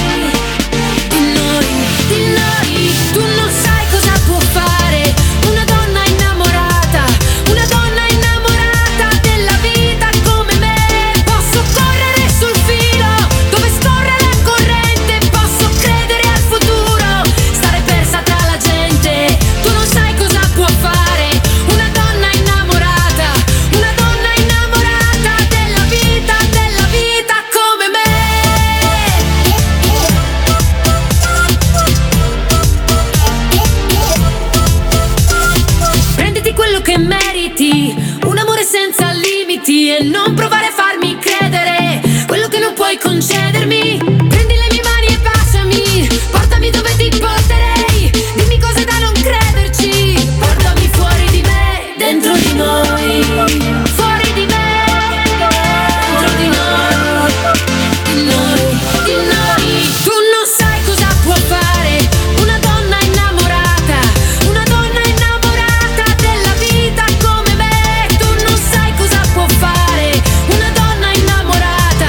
Tu non sai cosa può fare una donna innamorata della vita come me. Posso correre sul filo dove scorre la corrente, posso credere al futuro, stare persa tra la gente. Tu non sai cosa può fare una donna innamorata della vita come me. Prenditi quello che meriti, un amore senza limiti, e non provare a farmi credere quello che non puoi concedermi. Prendi le mie mani e baciami, portami dove ti porterei. Dimmi cose da non crederci, portami fuori di me, dentro di noi. Fuori di me, dentro di noi. Di noi. Tu non sai cosa può fare una donna innamorata della vita come me. Tu non sai cosa può fare una donna innamorata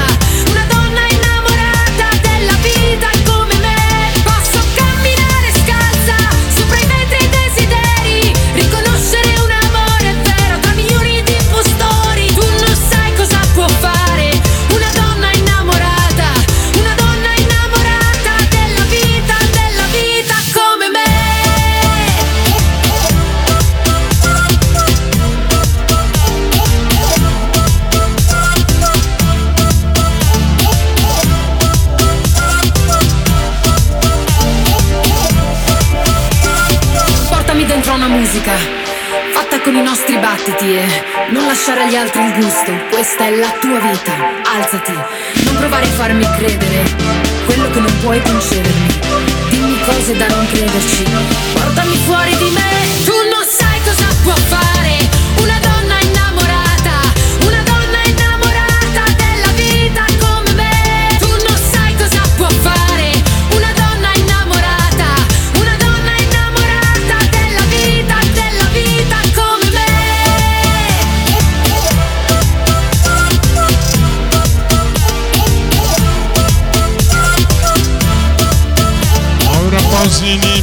della vita come me. Posso camminare scalza sopra i vetri desideri, riconoscere un amore vero tra milioni di impostori. Tu non sai cosa può fare una donna innamorata della vita come me. Portami dentro una musica fatta con i nostri battiti e non lasciare agli altri il gusto. Questa è la tua vita, alzati, non provare a farmi credere quello che non puoi concedermi. Dimmi cose da non crederci, portami fuori di me. Tu non sai cosa può fare una donna innamorata della vita come me. Tu non sai cosa può fare una donna innamorata della vita come me. Laura Pausini,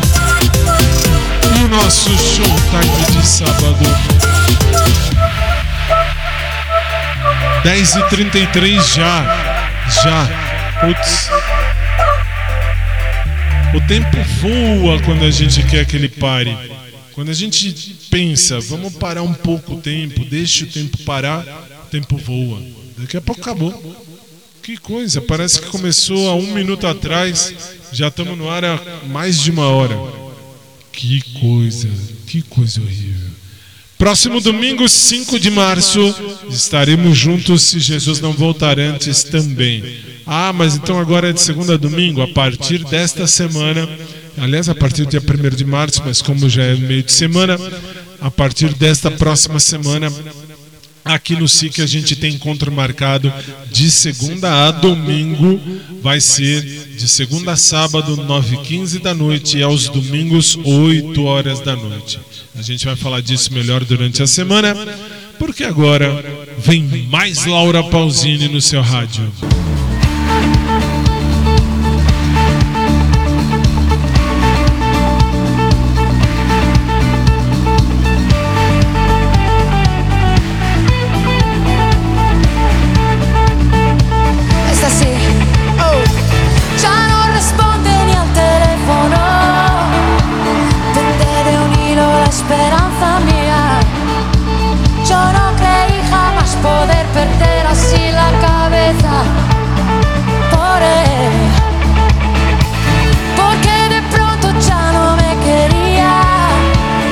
o nosso showtime de sábado. 10h33 já. Putz. O tempo voa quando a gente quer que ele pare. Quando a gente pensa, vamos parar um pouco o tempo, deixa o tempo parar, o tempo voa. Daqui a pouco acabou. Que coisa, parece que começou há 1 minuto atrás, já estamos no ar há mais de 1 hora. Que coisa horrível. Próximo domingo, 5 de março, estaremos juntos se Jesus não voltar antes também. Ah, mas então agora é de segunda a domingo, a partir desta semana, aliás, a partir do dia 1º de março, mas como já é meio de semana, a partir desta próxima semana, aqui no SIC a gente tem encontro marcado de segunda a domingo, vai ser de segunda a sábado, 9h15 da noite, e aos domingos, 8 horas da noite. A gente vai falar disso melhor durante a semana, porque agora vem mais Laura Pausini no seu rádio. Esperanza mía, yo no creí jamás poder perder así la cabeza por él, porque de pronto ya no me quería,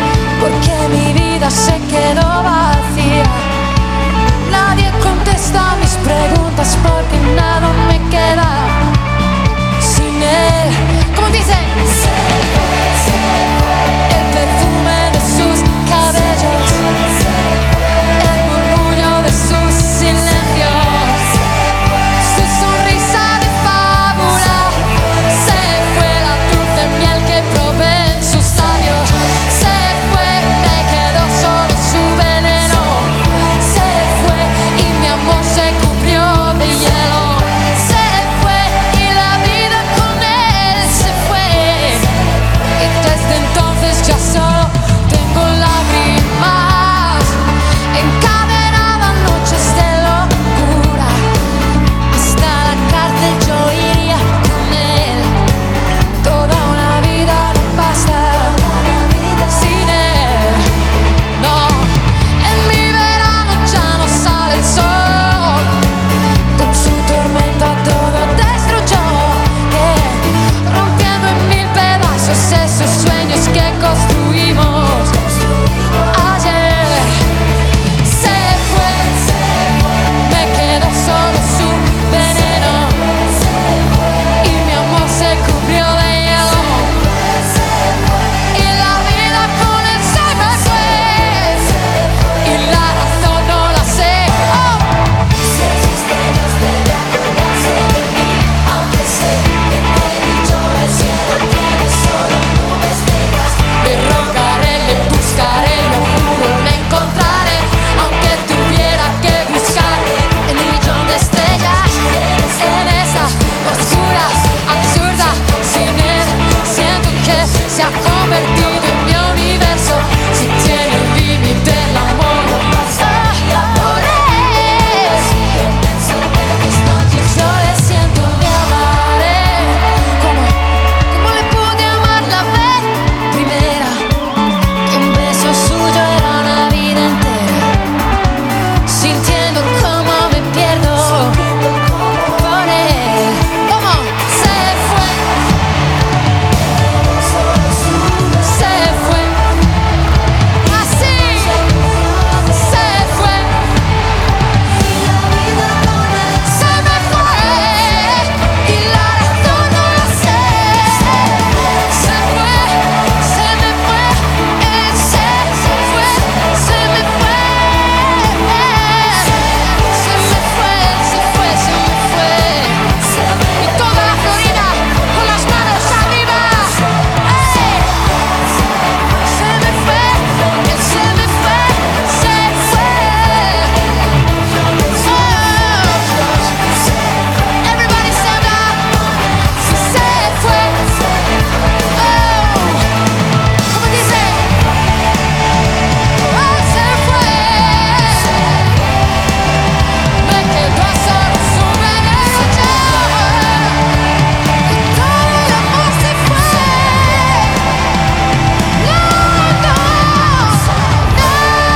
porque mi vida se quedó vacía, nadie contesta sintiendo cómo me pierdo por él. ¿Cómo? Se fue, así, se fue, se me fue, y la razón no lo sé. Se fue, se me fue, él se fue, se me fue, y toda la Florida con las manos arriba. Se me fue, él se me fue, se fue. Everybody stand up. Se fue. ¿Cómo dice? Se fue. Me quedo solo su noche y todo el amor se fue. No, no, no.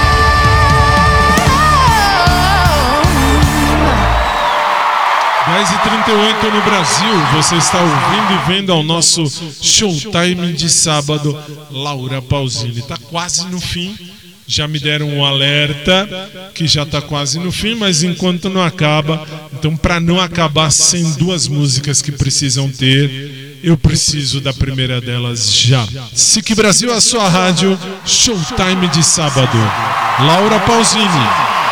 10h38 no Brasil, você está ouvindo e vendo ao nosso Showtime de sábado, Laura Pausini. Tá quase no fim, já me deram um alerta que já tá quase no fim, mas enquanto não acaba, então para não acabar sem duas músicas que precisam ter, eu preciso da primeira delas já. SIC Brasil, a sua rádio, Showtime de sábado, Laura Pausini.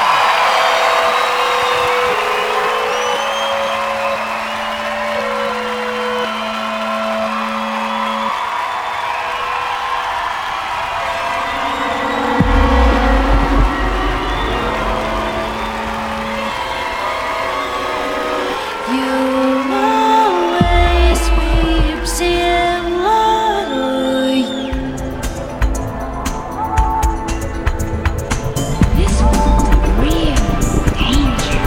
You always weeps in glory. This was real danger.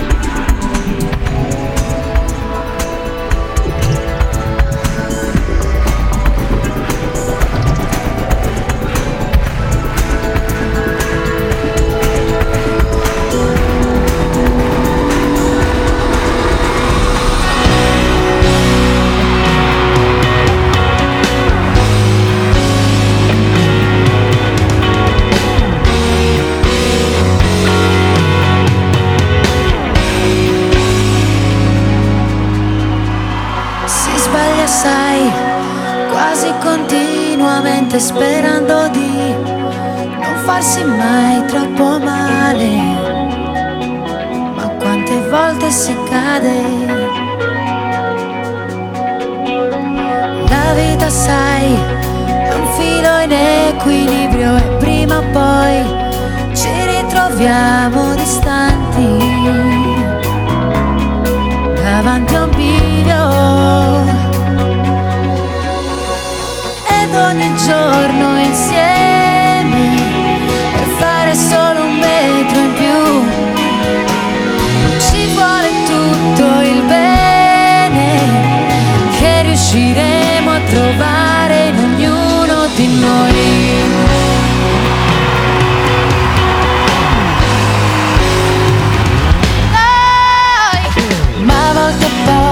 Si sbaglia sai, quasi continuamente sperando di non farsi mai troppo male, ma quante volte si cade. La vita sai, è un filo in equilibrio e prima o poi ci ritroviamo distanti davanti a un bivio, ed ogni giorno insieme per fare solo un metro in più ci vuole tutto il bene che riusciremo a trovare in ognuno di noi. Ma a volte poi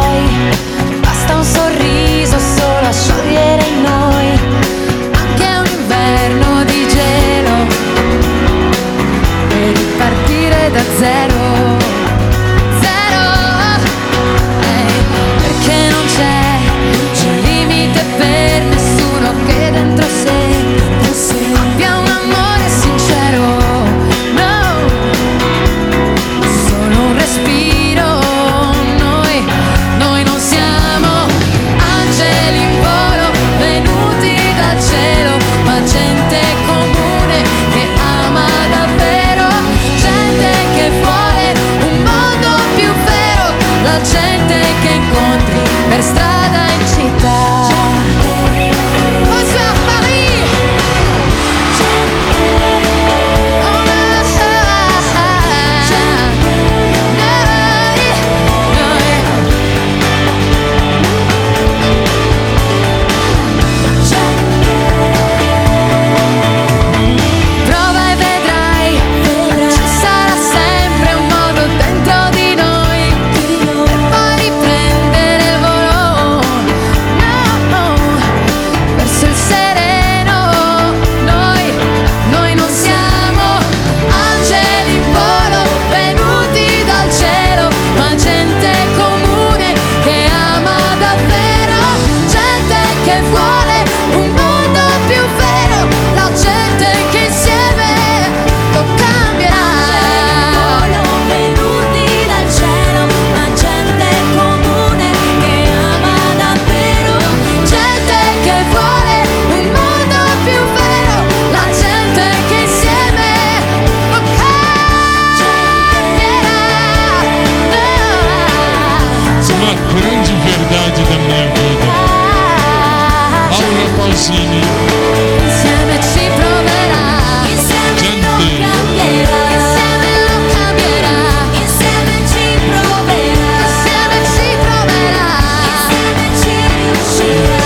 Pausini. Insieme ci proverà, insieme non cambierà, insieme non cambierà, insieme ci proverà, insieme ci proverà, insieme ci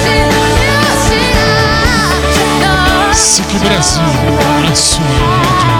riuscirà. SIC Brasil, a sua rádio.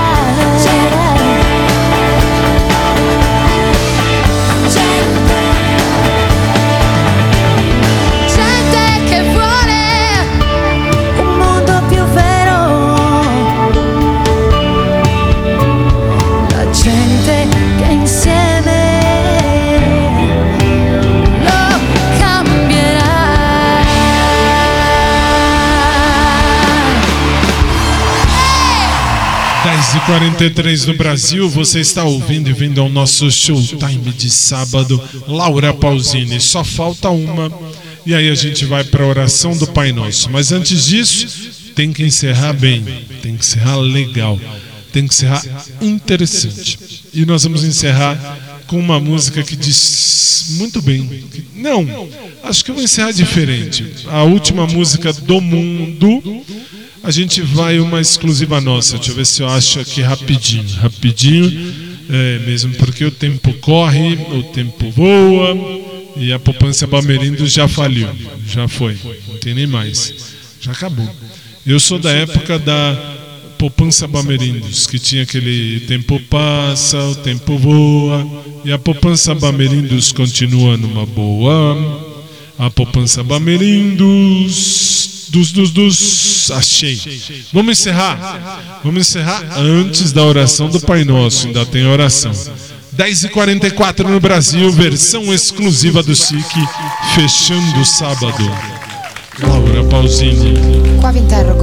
E 43 no Brasil, você está ouvindo e vindo ao nosso Showtime de sábado, Laura Pausini. Só falta uma e aí a gente vai para a oração do Pai Nosso. Mas antes disso, tem que encerrar bem, tem que encerrar legal, tem que encerrar interessante. E nós vamos encerrar com uma música que diz muito bem. Não, acho que eu vou encerrar diferente. A última música do mundo. A gente vai uma exclusiva nossa. Deixa eu ver se eu acho aqui rapidinho. Mesmo porque o tempo corre, o tempo voa e a poupança Bamerindo já faliu. Já foi, não tem nem mais. Já acabou. Eu sou da época da poupança Bamerindos, que tinha aquele o tempo passa, o tempo voa e a poupança Bamerindos continua numa boa. A poupança Bamerindos achei. Vamos encerrar antes da oração do Pai Nosso. Ainda tem oração. 10h44 no Brasil, versão exclusiva do SIC, fechando o sábado. Laura Pausini. Qua vi interrogo,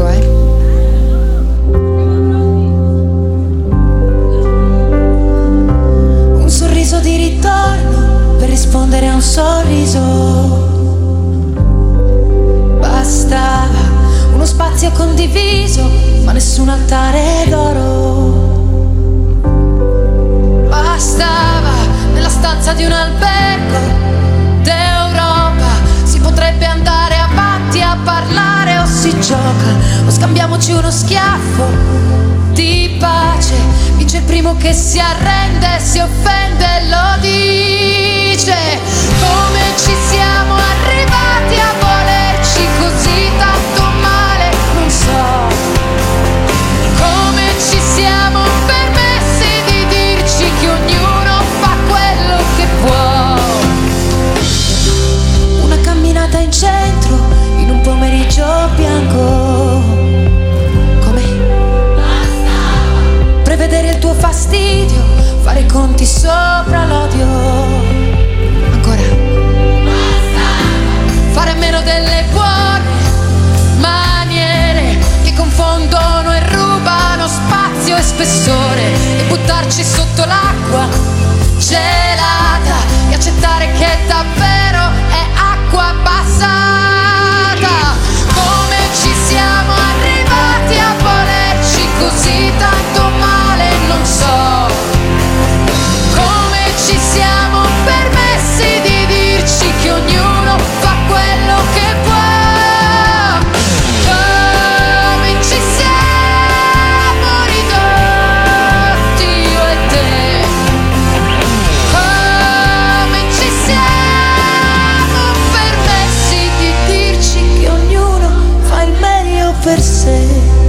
Un sorriso di ritorno per rispondere a un sorriso. Bastava uno spazio condiviso, ma nessun altare d'oro. Bastava nella stanza di un albergo d'Europa. Si potrebbe andare avanti a parlare o si gioca, o scambiamoci uno schiaffo di pace. Vince il primo che si arrende, si offende e lo dice. Come ci siamo arrivati a volerci così tanto male, non so. Come ci siamo permessi di dirci che ognuno fa quello che può. Una camminata in centro, in un pomeriggio bianco. Come? Basta. Prevedere il tuo fastidio, fare i conti sopra l'odio. Fare meno delle buone maniere che confondono e rubano spazio e spessore, e buttarci sotto l'acqua gelata e accettare che davvero è acqua passata. Come ci siamo arrivati a volerci così tanto male, non so. Come ci siamo permessi di dirci che ognuno fa quello che può. Come ci siamo ridotti io e te. Come ci siamo permessi di dirci che ognuno fa il meglio per sé.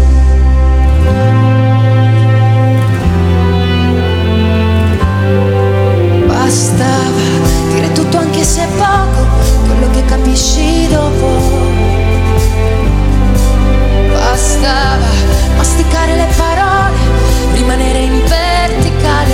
Bastava dire tutto anche se è poco, quello che capisci dopo. Bastava masticare le parole, rimanere in verticale.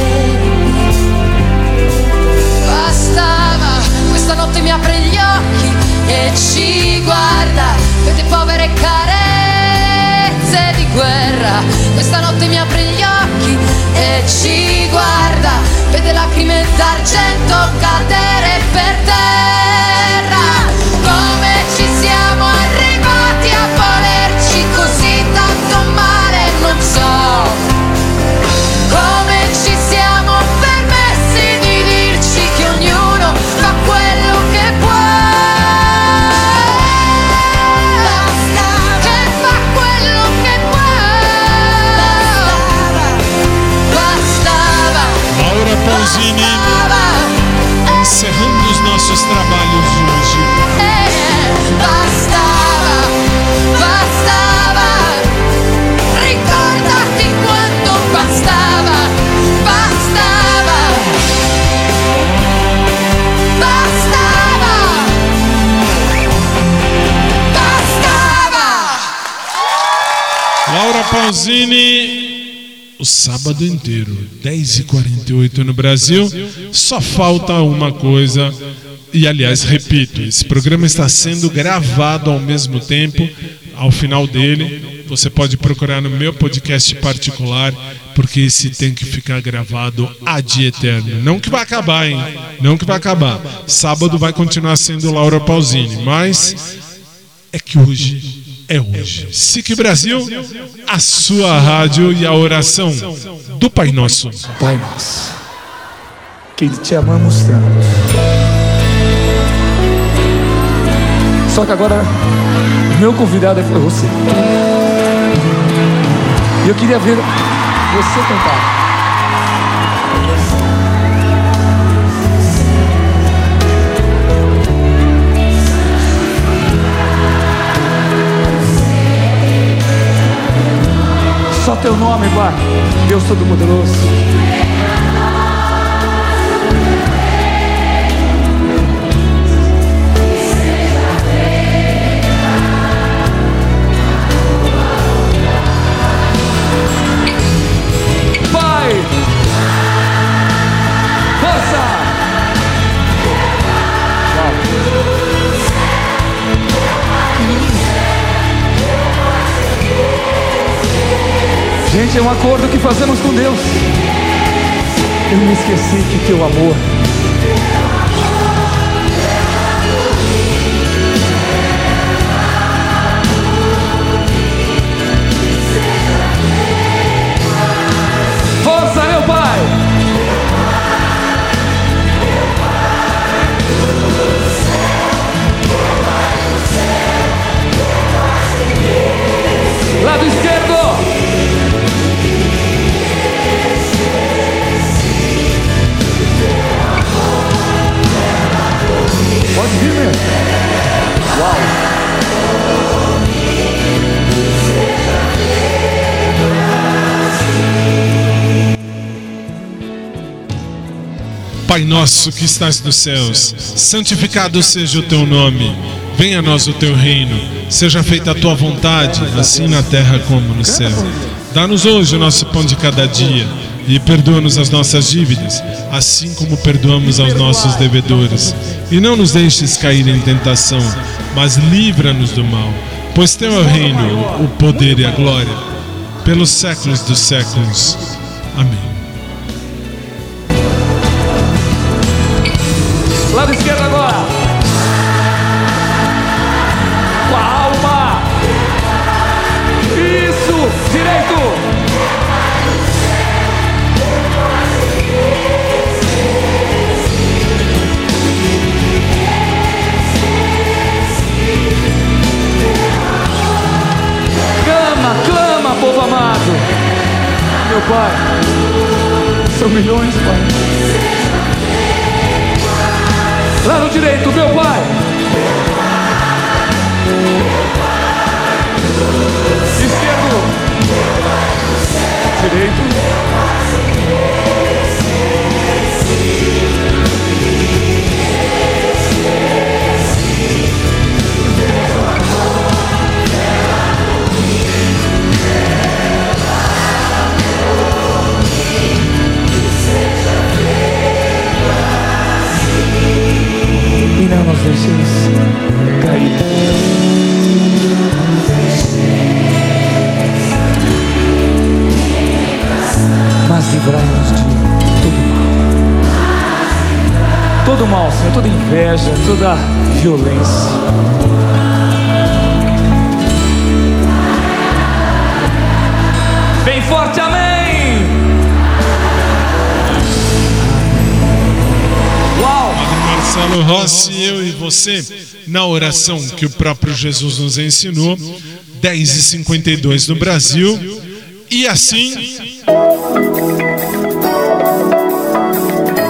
Bastava, questa notte mi apre gli occhi e ci guarda, vede povere carezze di guerra. Questa notte mi apre gli occhi e ci guarda, vede lacrime d'argento cadere per terra. Come ci siamo arrivati a volerci così tanto male, non so. Come ci siamo permessi di dirci che ognuno fa quello che può. Basta che Pausini, encerrando os nossos trabalhos hoje. Bastava, bastava, ricordati quanto bastava, bastava, bastava, bastava. Laura Pausini, o sábado inteiro, 10h48 no Brasil. Só falta uma coisa. E aliás, repito, esse programa está sendo gravado ao mesmo tempo. Ao final dele, você pode procurar no meu podcast particular, porque esse tem que ficar gravado ad eterno. Não que vai acabar, hein? Não que vai acabar. Sábado vai continuar sendo Laura Pausini, mas é que hoje é hoje. SIC Brasil, a sua rádio e a oração do Pai Nosso. Pai Nosso, que te amamos tanto. Só que agora o meu convidado foi você. E eu queria ver você cantar. Só teu nome, Pai, Deus Todo-Poderoso. Pai, força! Gente, é um acordo que fazemos com Deus. Eu me esqueci que teu amor força, meu Pai! Lado esquerdo! Pode vir, meu. Uau. Pai nosso que estás nos céus, santificado seja o teu nome. Venha a nós o teu reino. Seja feita a tua vontade, assim na terra como no céu. Dá-nos hoje o nosso pão de cada dia. E perdoa-nos as nossas dívidas, assim como perdoamos aos nossos devedores. E não nos deixes cair em tentação, mas livra-nos do mal. Pois teu é o reino, o poder e a glória, pelos séculos dos séculos. Amém. Lado esquerdo agora. Com a alma. Isso, direito. Clama, povo amado. Meu Pai, são milhões, Pai. Lá no direito, meu Pai. Esquerdo. Direito. E não nos deixes cair. Mas livrai-nos de todo mal, Senhor, toda inveja, toda violência. Bem forte, amém! Marcelo Rossi, eu e você, na oração que o próprio Jesus nos ensinou, 10h52 no Brasil, e assim...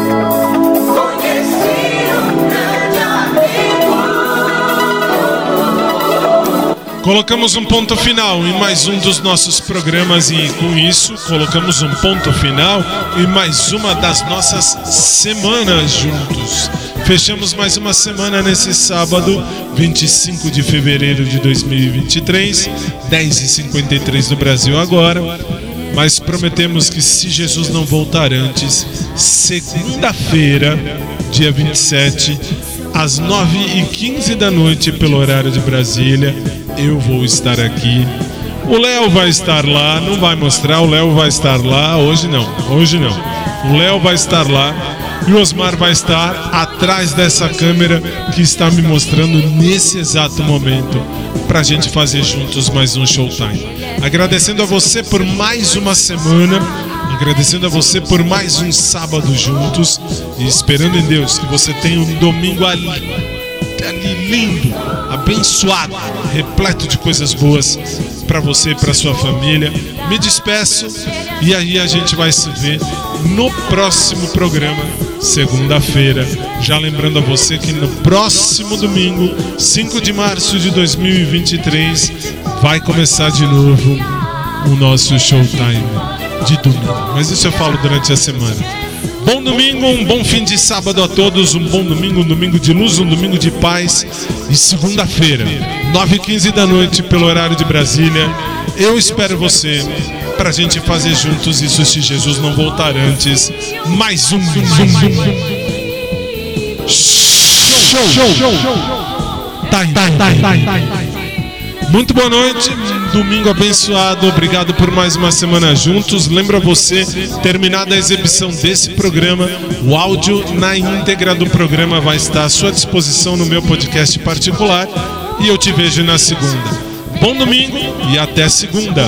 Colocamos um ponto final em mais um dos nossos programas e com isso colocamos um ponto final em mais uma das nossas semanas juntos. Fechamos mais uma semana nesse sábado, 25 de fevereiro de 2023, 10h53 no Brasil agora. Mas prometemos que se Jesus não voltar antes, segunda-feira, dia 27, às 9h15 da noite, pelo horário de Brasília, eu vou estar aqui. O Léo vai estar lá, não vai mostrar, o Léo vai estar lá, hoje não. O Léo vai estar lá e o Osmar vai estar atrás dessa câmera que está me mostrando nesse exato momento, pra gente fazer juntos mais um Showtime. Agradecendo a você por mais uma semana, agradecendo a você por mais um sábado juntos e esperando em Deus que você tenha um domingo ali lindo, abençoado, repleto de coisas boas para você e para sua família. Me despeço e aí a gente vai se ver no próximo programa, segunda-feira. Já lembrando a você que no próximo domingo, 5 de março de 2023, vai começar de novo o nosso Showtime de domingo. Mas isso eu falo durante a semana. Bom domingo, um bom fim de sábado a todos, um bom domingo, um domingo de luz, um domingo de paz. E segunda-feira, 9h15 da noite, pelo horário de Brasília, eu espero você pra gente fazer juntos isso se Jesus não voltar antes. Mais um Muito boa noite, domingo abençoado, obrigado por mais uma semana juntos. Lembra você, terminada a exibição desse programa, o áudio na íntegra do programa vai estar à sua disposição no meu podcast particular e eu te vejo na segunda. Bom domingo e até segunda.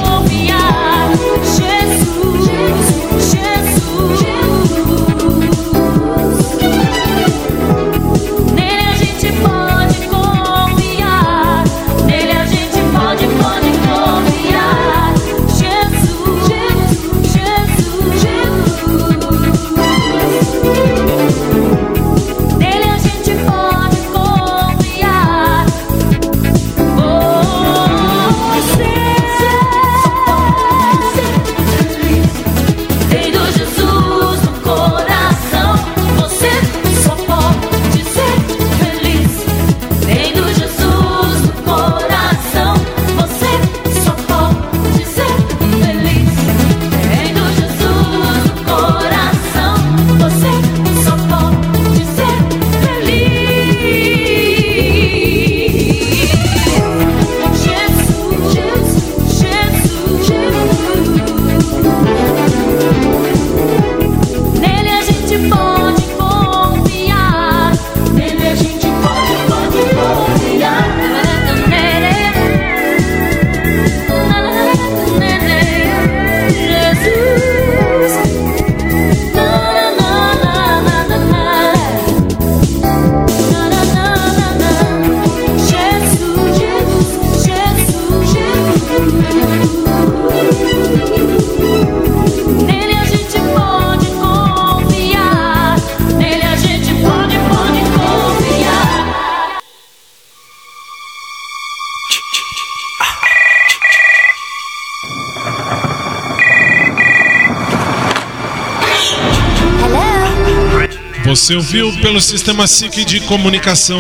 Você ouviu pelo Sistema SIC de comunicação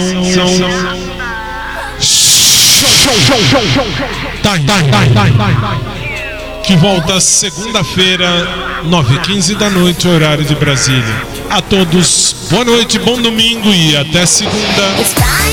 que volta segunda-feira, 9h15 da noite, horário de Brasília. A todos, boa noite, bom domingo e até segunda.